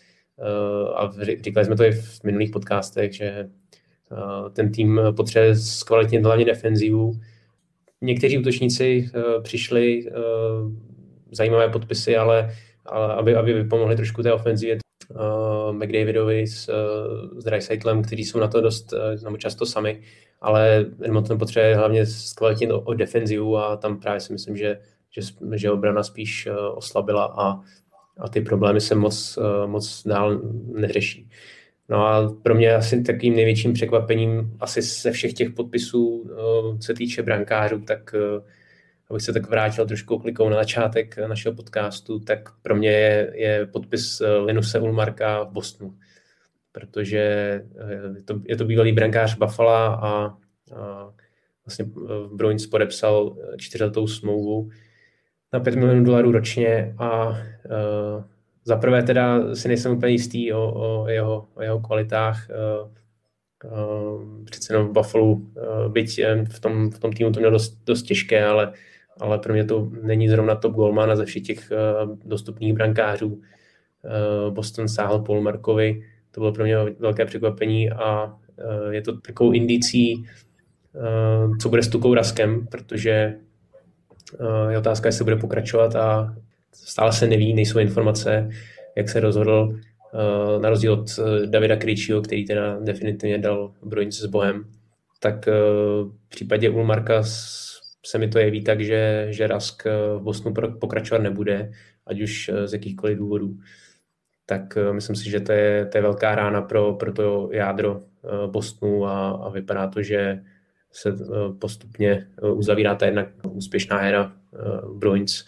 A říkali jsme to i v minulých podcastech, že ten tým potřebuje zkvalitnit hlavně defenzivu. Někteří útočníci přišli zajímavé podpisy, ale aby vypomohli trošku té ofenzivě McDavidovi s Dreisaitlem, kteří jsou na to dost nebo často sami, ale Edmonton potřebuje hlavně zkvalitnit o defenzivu a tam právě si myslím, že obrana spíš oslabila a ty problémy se moc dál neřeší. No a pro mě asi takým největším překvapením asi ze všech těch podpisů, co se týče brankářů, tak abych se tak vrátil trošku klikou na začátek našeho podcastu, tak pro mě je podpis Linuse Ullmarka v Bostonu, protože je to bývalý brankář Buffalo a vlastně Bruins podepsal 4letou smlouvu na $5 milionů ročně a za prvé teda si nejsem úplně jistý o jeho kvalitách. Přece jenom v Buffalo, byť v tom týmu to mělo dost těžké, ale pro mě to není zrovna top goalman a ze všech těch dostupných brankářů. Boston sáhl po Ullmarkovi, to bylo pro mě velké překvapení a je to takovou indicí, co bude s Tukou Raskem, protože je otázka, jestli bude pokračovat a stále se neví, nejsou informace, jak se rozhodl, na rozdíl od Davida Krejčího, který teda definitivně dal Bruins s Bohem, tak v případě Ullmarka se mi to jeví tak, že Rask v Bostonu pokračovat nebude, ať už z jakýchkoliv důvodů. Tak myslím si, že to je velká rána pro to jádro Bostonu a vypadá to, že se postupně uzavírá ta jedna úspěšná éra Bruins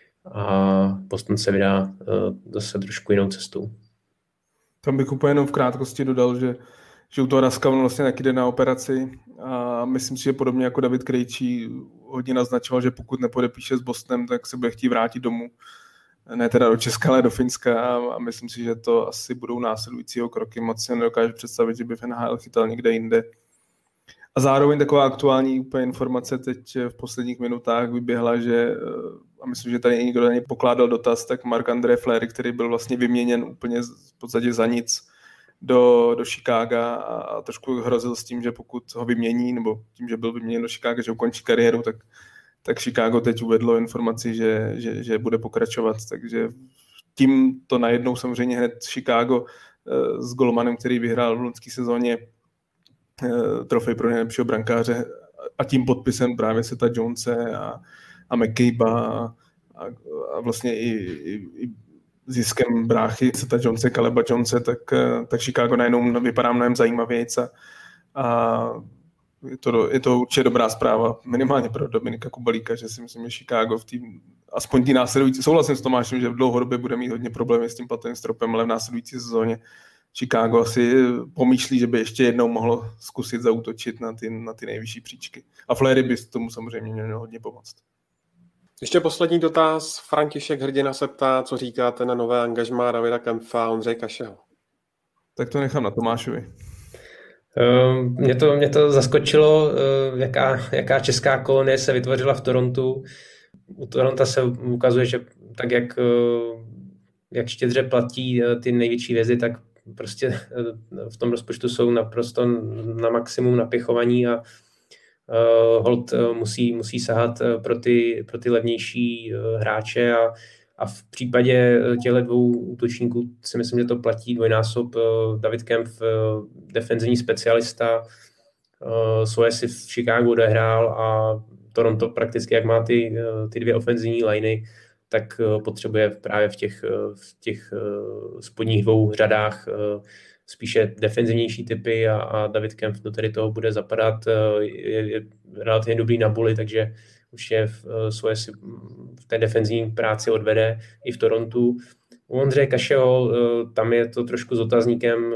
a Boston se vydá zase trošku jinou cestou. Tam bych úplně jenom v krátkosti dodal, že u toho Raska on vlastně taky jde na operaci a myslím si, že podobně jako David Krejčí hodně naznačoval, že pokud nepodepíše s Bostonem, tak se bude chtít vrátit domů. Ne teda do Česka, ale do Finska a myslím si, že to asi budou následujícího kroky. Moc si nedokážu představit, že by v NHL chytal někde jinde. A zároveň taková aktuální úplně informace teď v posledních minutách vyběhla, že, a myslím, že tady nikdo ani pokládal dotaz, tak Marc-André Fleury, který byl vlastně vyměněn úplně v podstatě za nic do Chicaga a trošku hrozil s tím, že pokud ho vymění, nebo tím, že byl vyměněn do Chicaga, že ukončí kariéru, tak Chicago teď uvedlo informaci, že bude pokračovat, takže tím to najednou samozřejmě hned Chicago s golmanem, který vyhrál v loňské sezóně trofej pro nejlepšího brankáře a tím podpisem právě Seta Jonese a McCabe a vlastně i ziskem bráchy Seta Jonese, Caleba Jonese, tak Chicago najednou vypadá mnohem zajímavějc a je to určitě dobrá zpráva, minimálně pro Dominika Kubalíka, že si myslím, že Chicago aspoň ty následující, souhlasím s Tomášem, že v dlouhodobě bude mít hodně problémy s tím platovým stropem, ale v následující sezóně Chicago asi pomýšlí, že by ještě jednou mohlo zkusit zaútočit na ty nejvyšší příčky. A Fleury by tomu samozřejmě měl hodně pomoct. Ještě poslední dotaz. František Hrdina se ptá, co říkáte na nové angažmá Davida Kempfa a Ondřeje Kašeho. Tak to nechám na Tomášovi. Mě to zaskočilo, jaká česká kolonie se vytvořila v Torontu. U Toronto se ukazuje, že tak, jak štědře platí ty největší hvězdy, tak prostě v tom rozpočtu jsou naprosto na maximum napěchovaní a holt musí sahat pro ty levnější hráče a v případě těchto dvou útočníků si myslím, že to platí dvojnásob. David Kempf, defenzivní specialista, svoje si v Chicagu odehrál a Toronto prakticky, jak má ty dvě ofenzivní liney, tak potřebuje právě v těch spodních dvou řadách spíše defenzivnější typy a David Kempf do tady toho bude zapadat. Je relativně dobrý na buli, takže určitě svoje si v té defenzivní práci odvede i v Torontu. U Ondřeje Kašeho tam je to trošku s otazníkem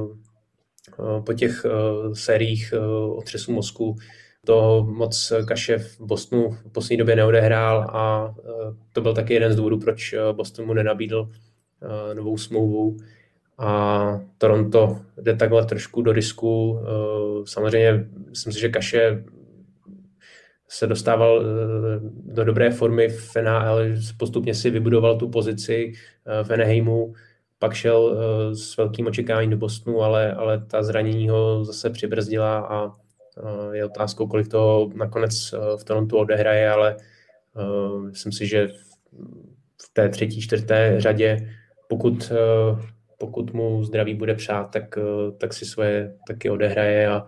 po těch sériích otřesů mozku. To moc Kaše v Bostonu v poslední době neodehrál a to byl taky jeden z důvodů, proč Boston mu nenabídl novou smlouvu. A Toronto jde takhle trošku do risku. Samozřejmě myslím si, že Kaše se dostával do dobré formy v NHL, postupně si vybudoval tu pozici v Anaheimu, pak šel s velkým očekáváním do Bostonu, ale ta zranění ho zase přibrzdila a je otázkou, kolik toho nakonec v Torontu odehraje, ale myslím si, že v té třetí, čtvrté řadě, pokud mu zdraví bude přát, tak si svoje taky odehraje a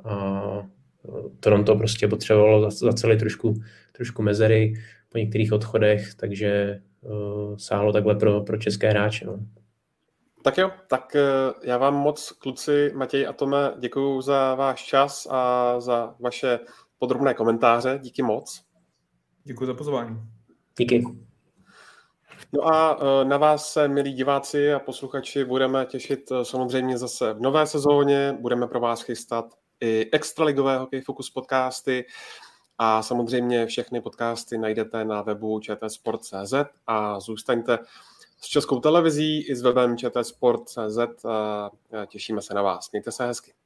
Toronto prostě potřebovalo zacelit trošku mezery po některých odchodech, takže sáhlo takhle pro české hráče. No. Tak jo, tak já vám moc, kluci Matěj a Tome, děkuju za váš čas a za vaše podrobné komentáře. Díky moc. Děkuji za pozvání. Díky. No a na vás se, milí diváci a posluchači, budeme těšit samozřejmě zase v nové sezóně. Budeme pro vás chystat i extraligové Hokej Focus podcasty a samozřejmě všechny podcasty najdete na webu čtsport.cz a zůstaňte s Českou televizí i s webem čtsport.cz. Těšíme se na vás. Mějte se hezky.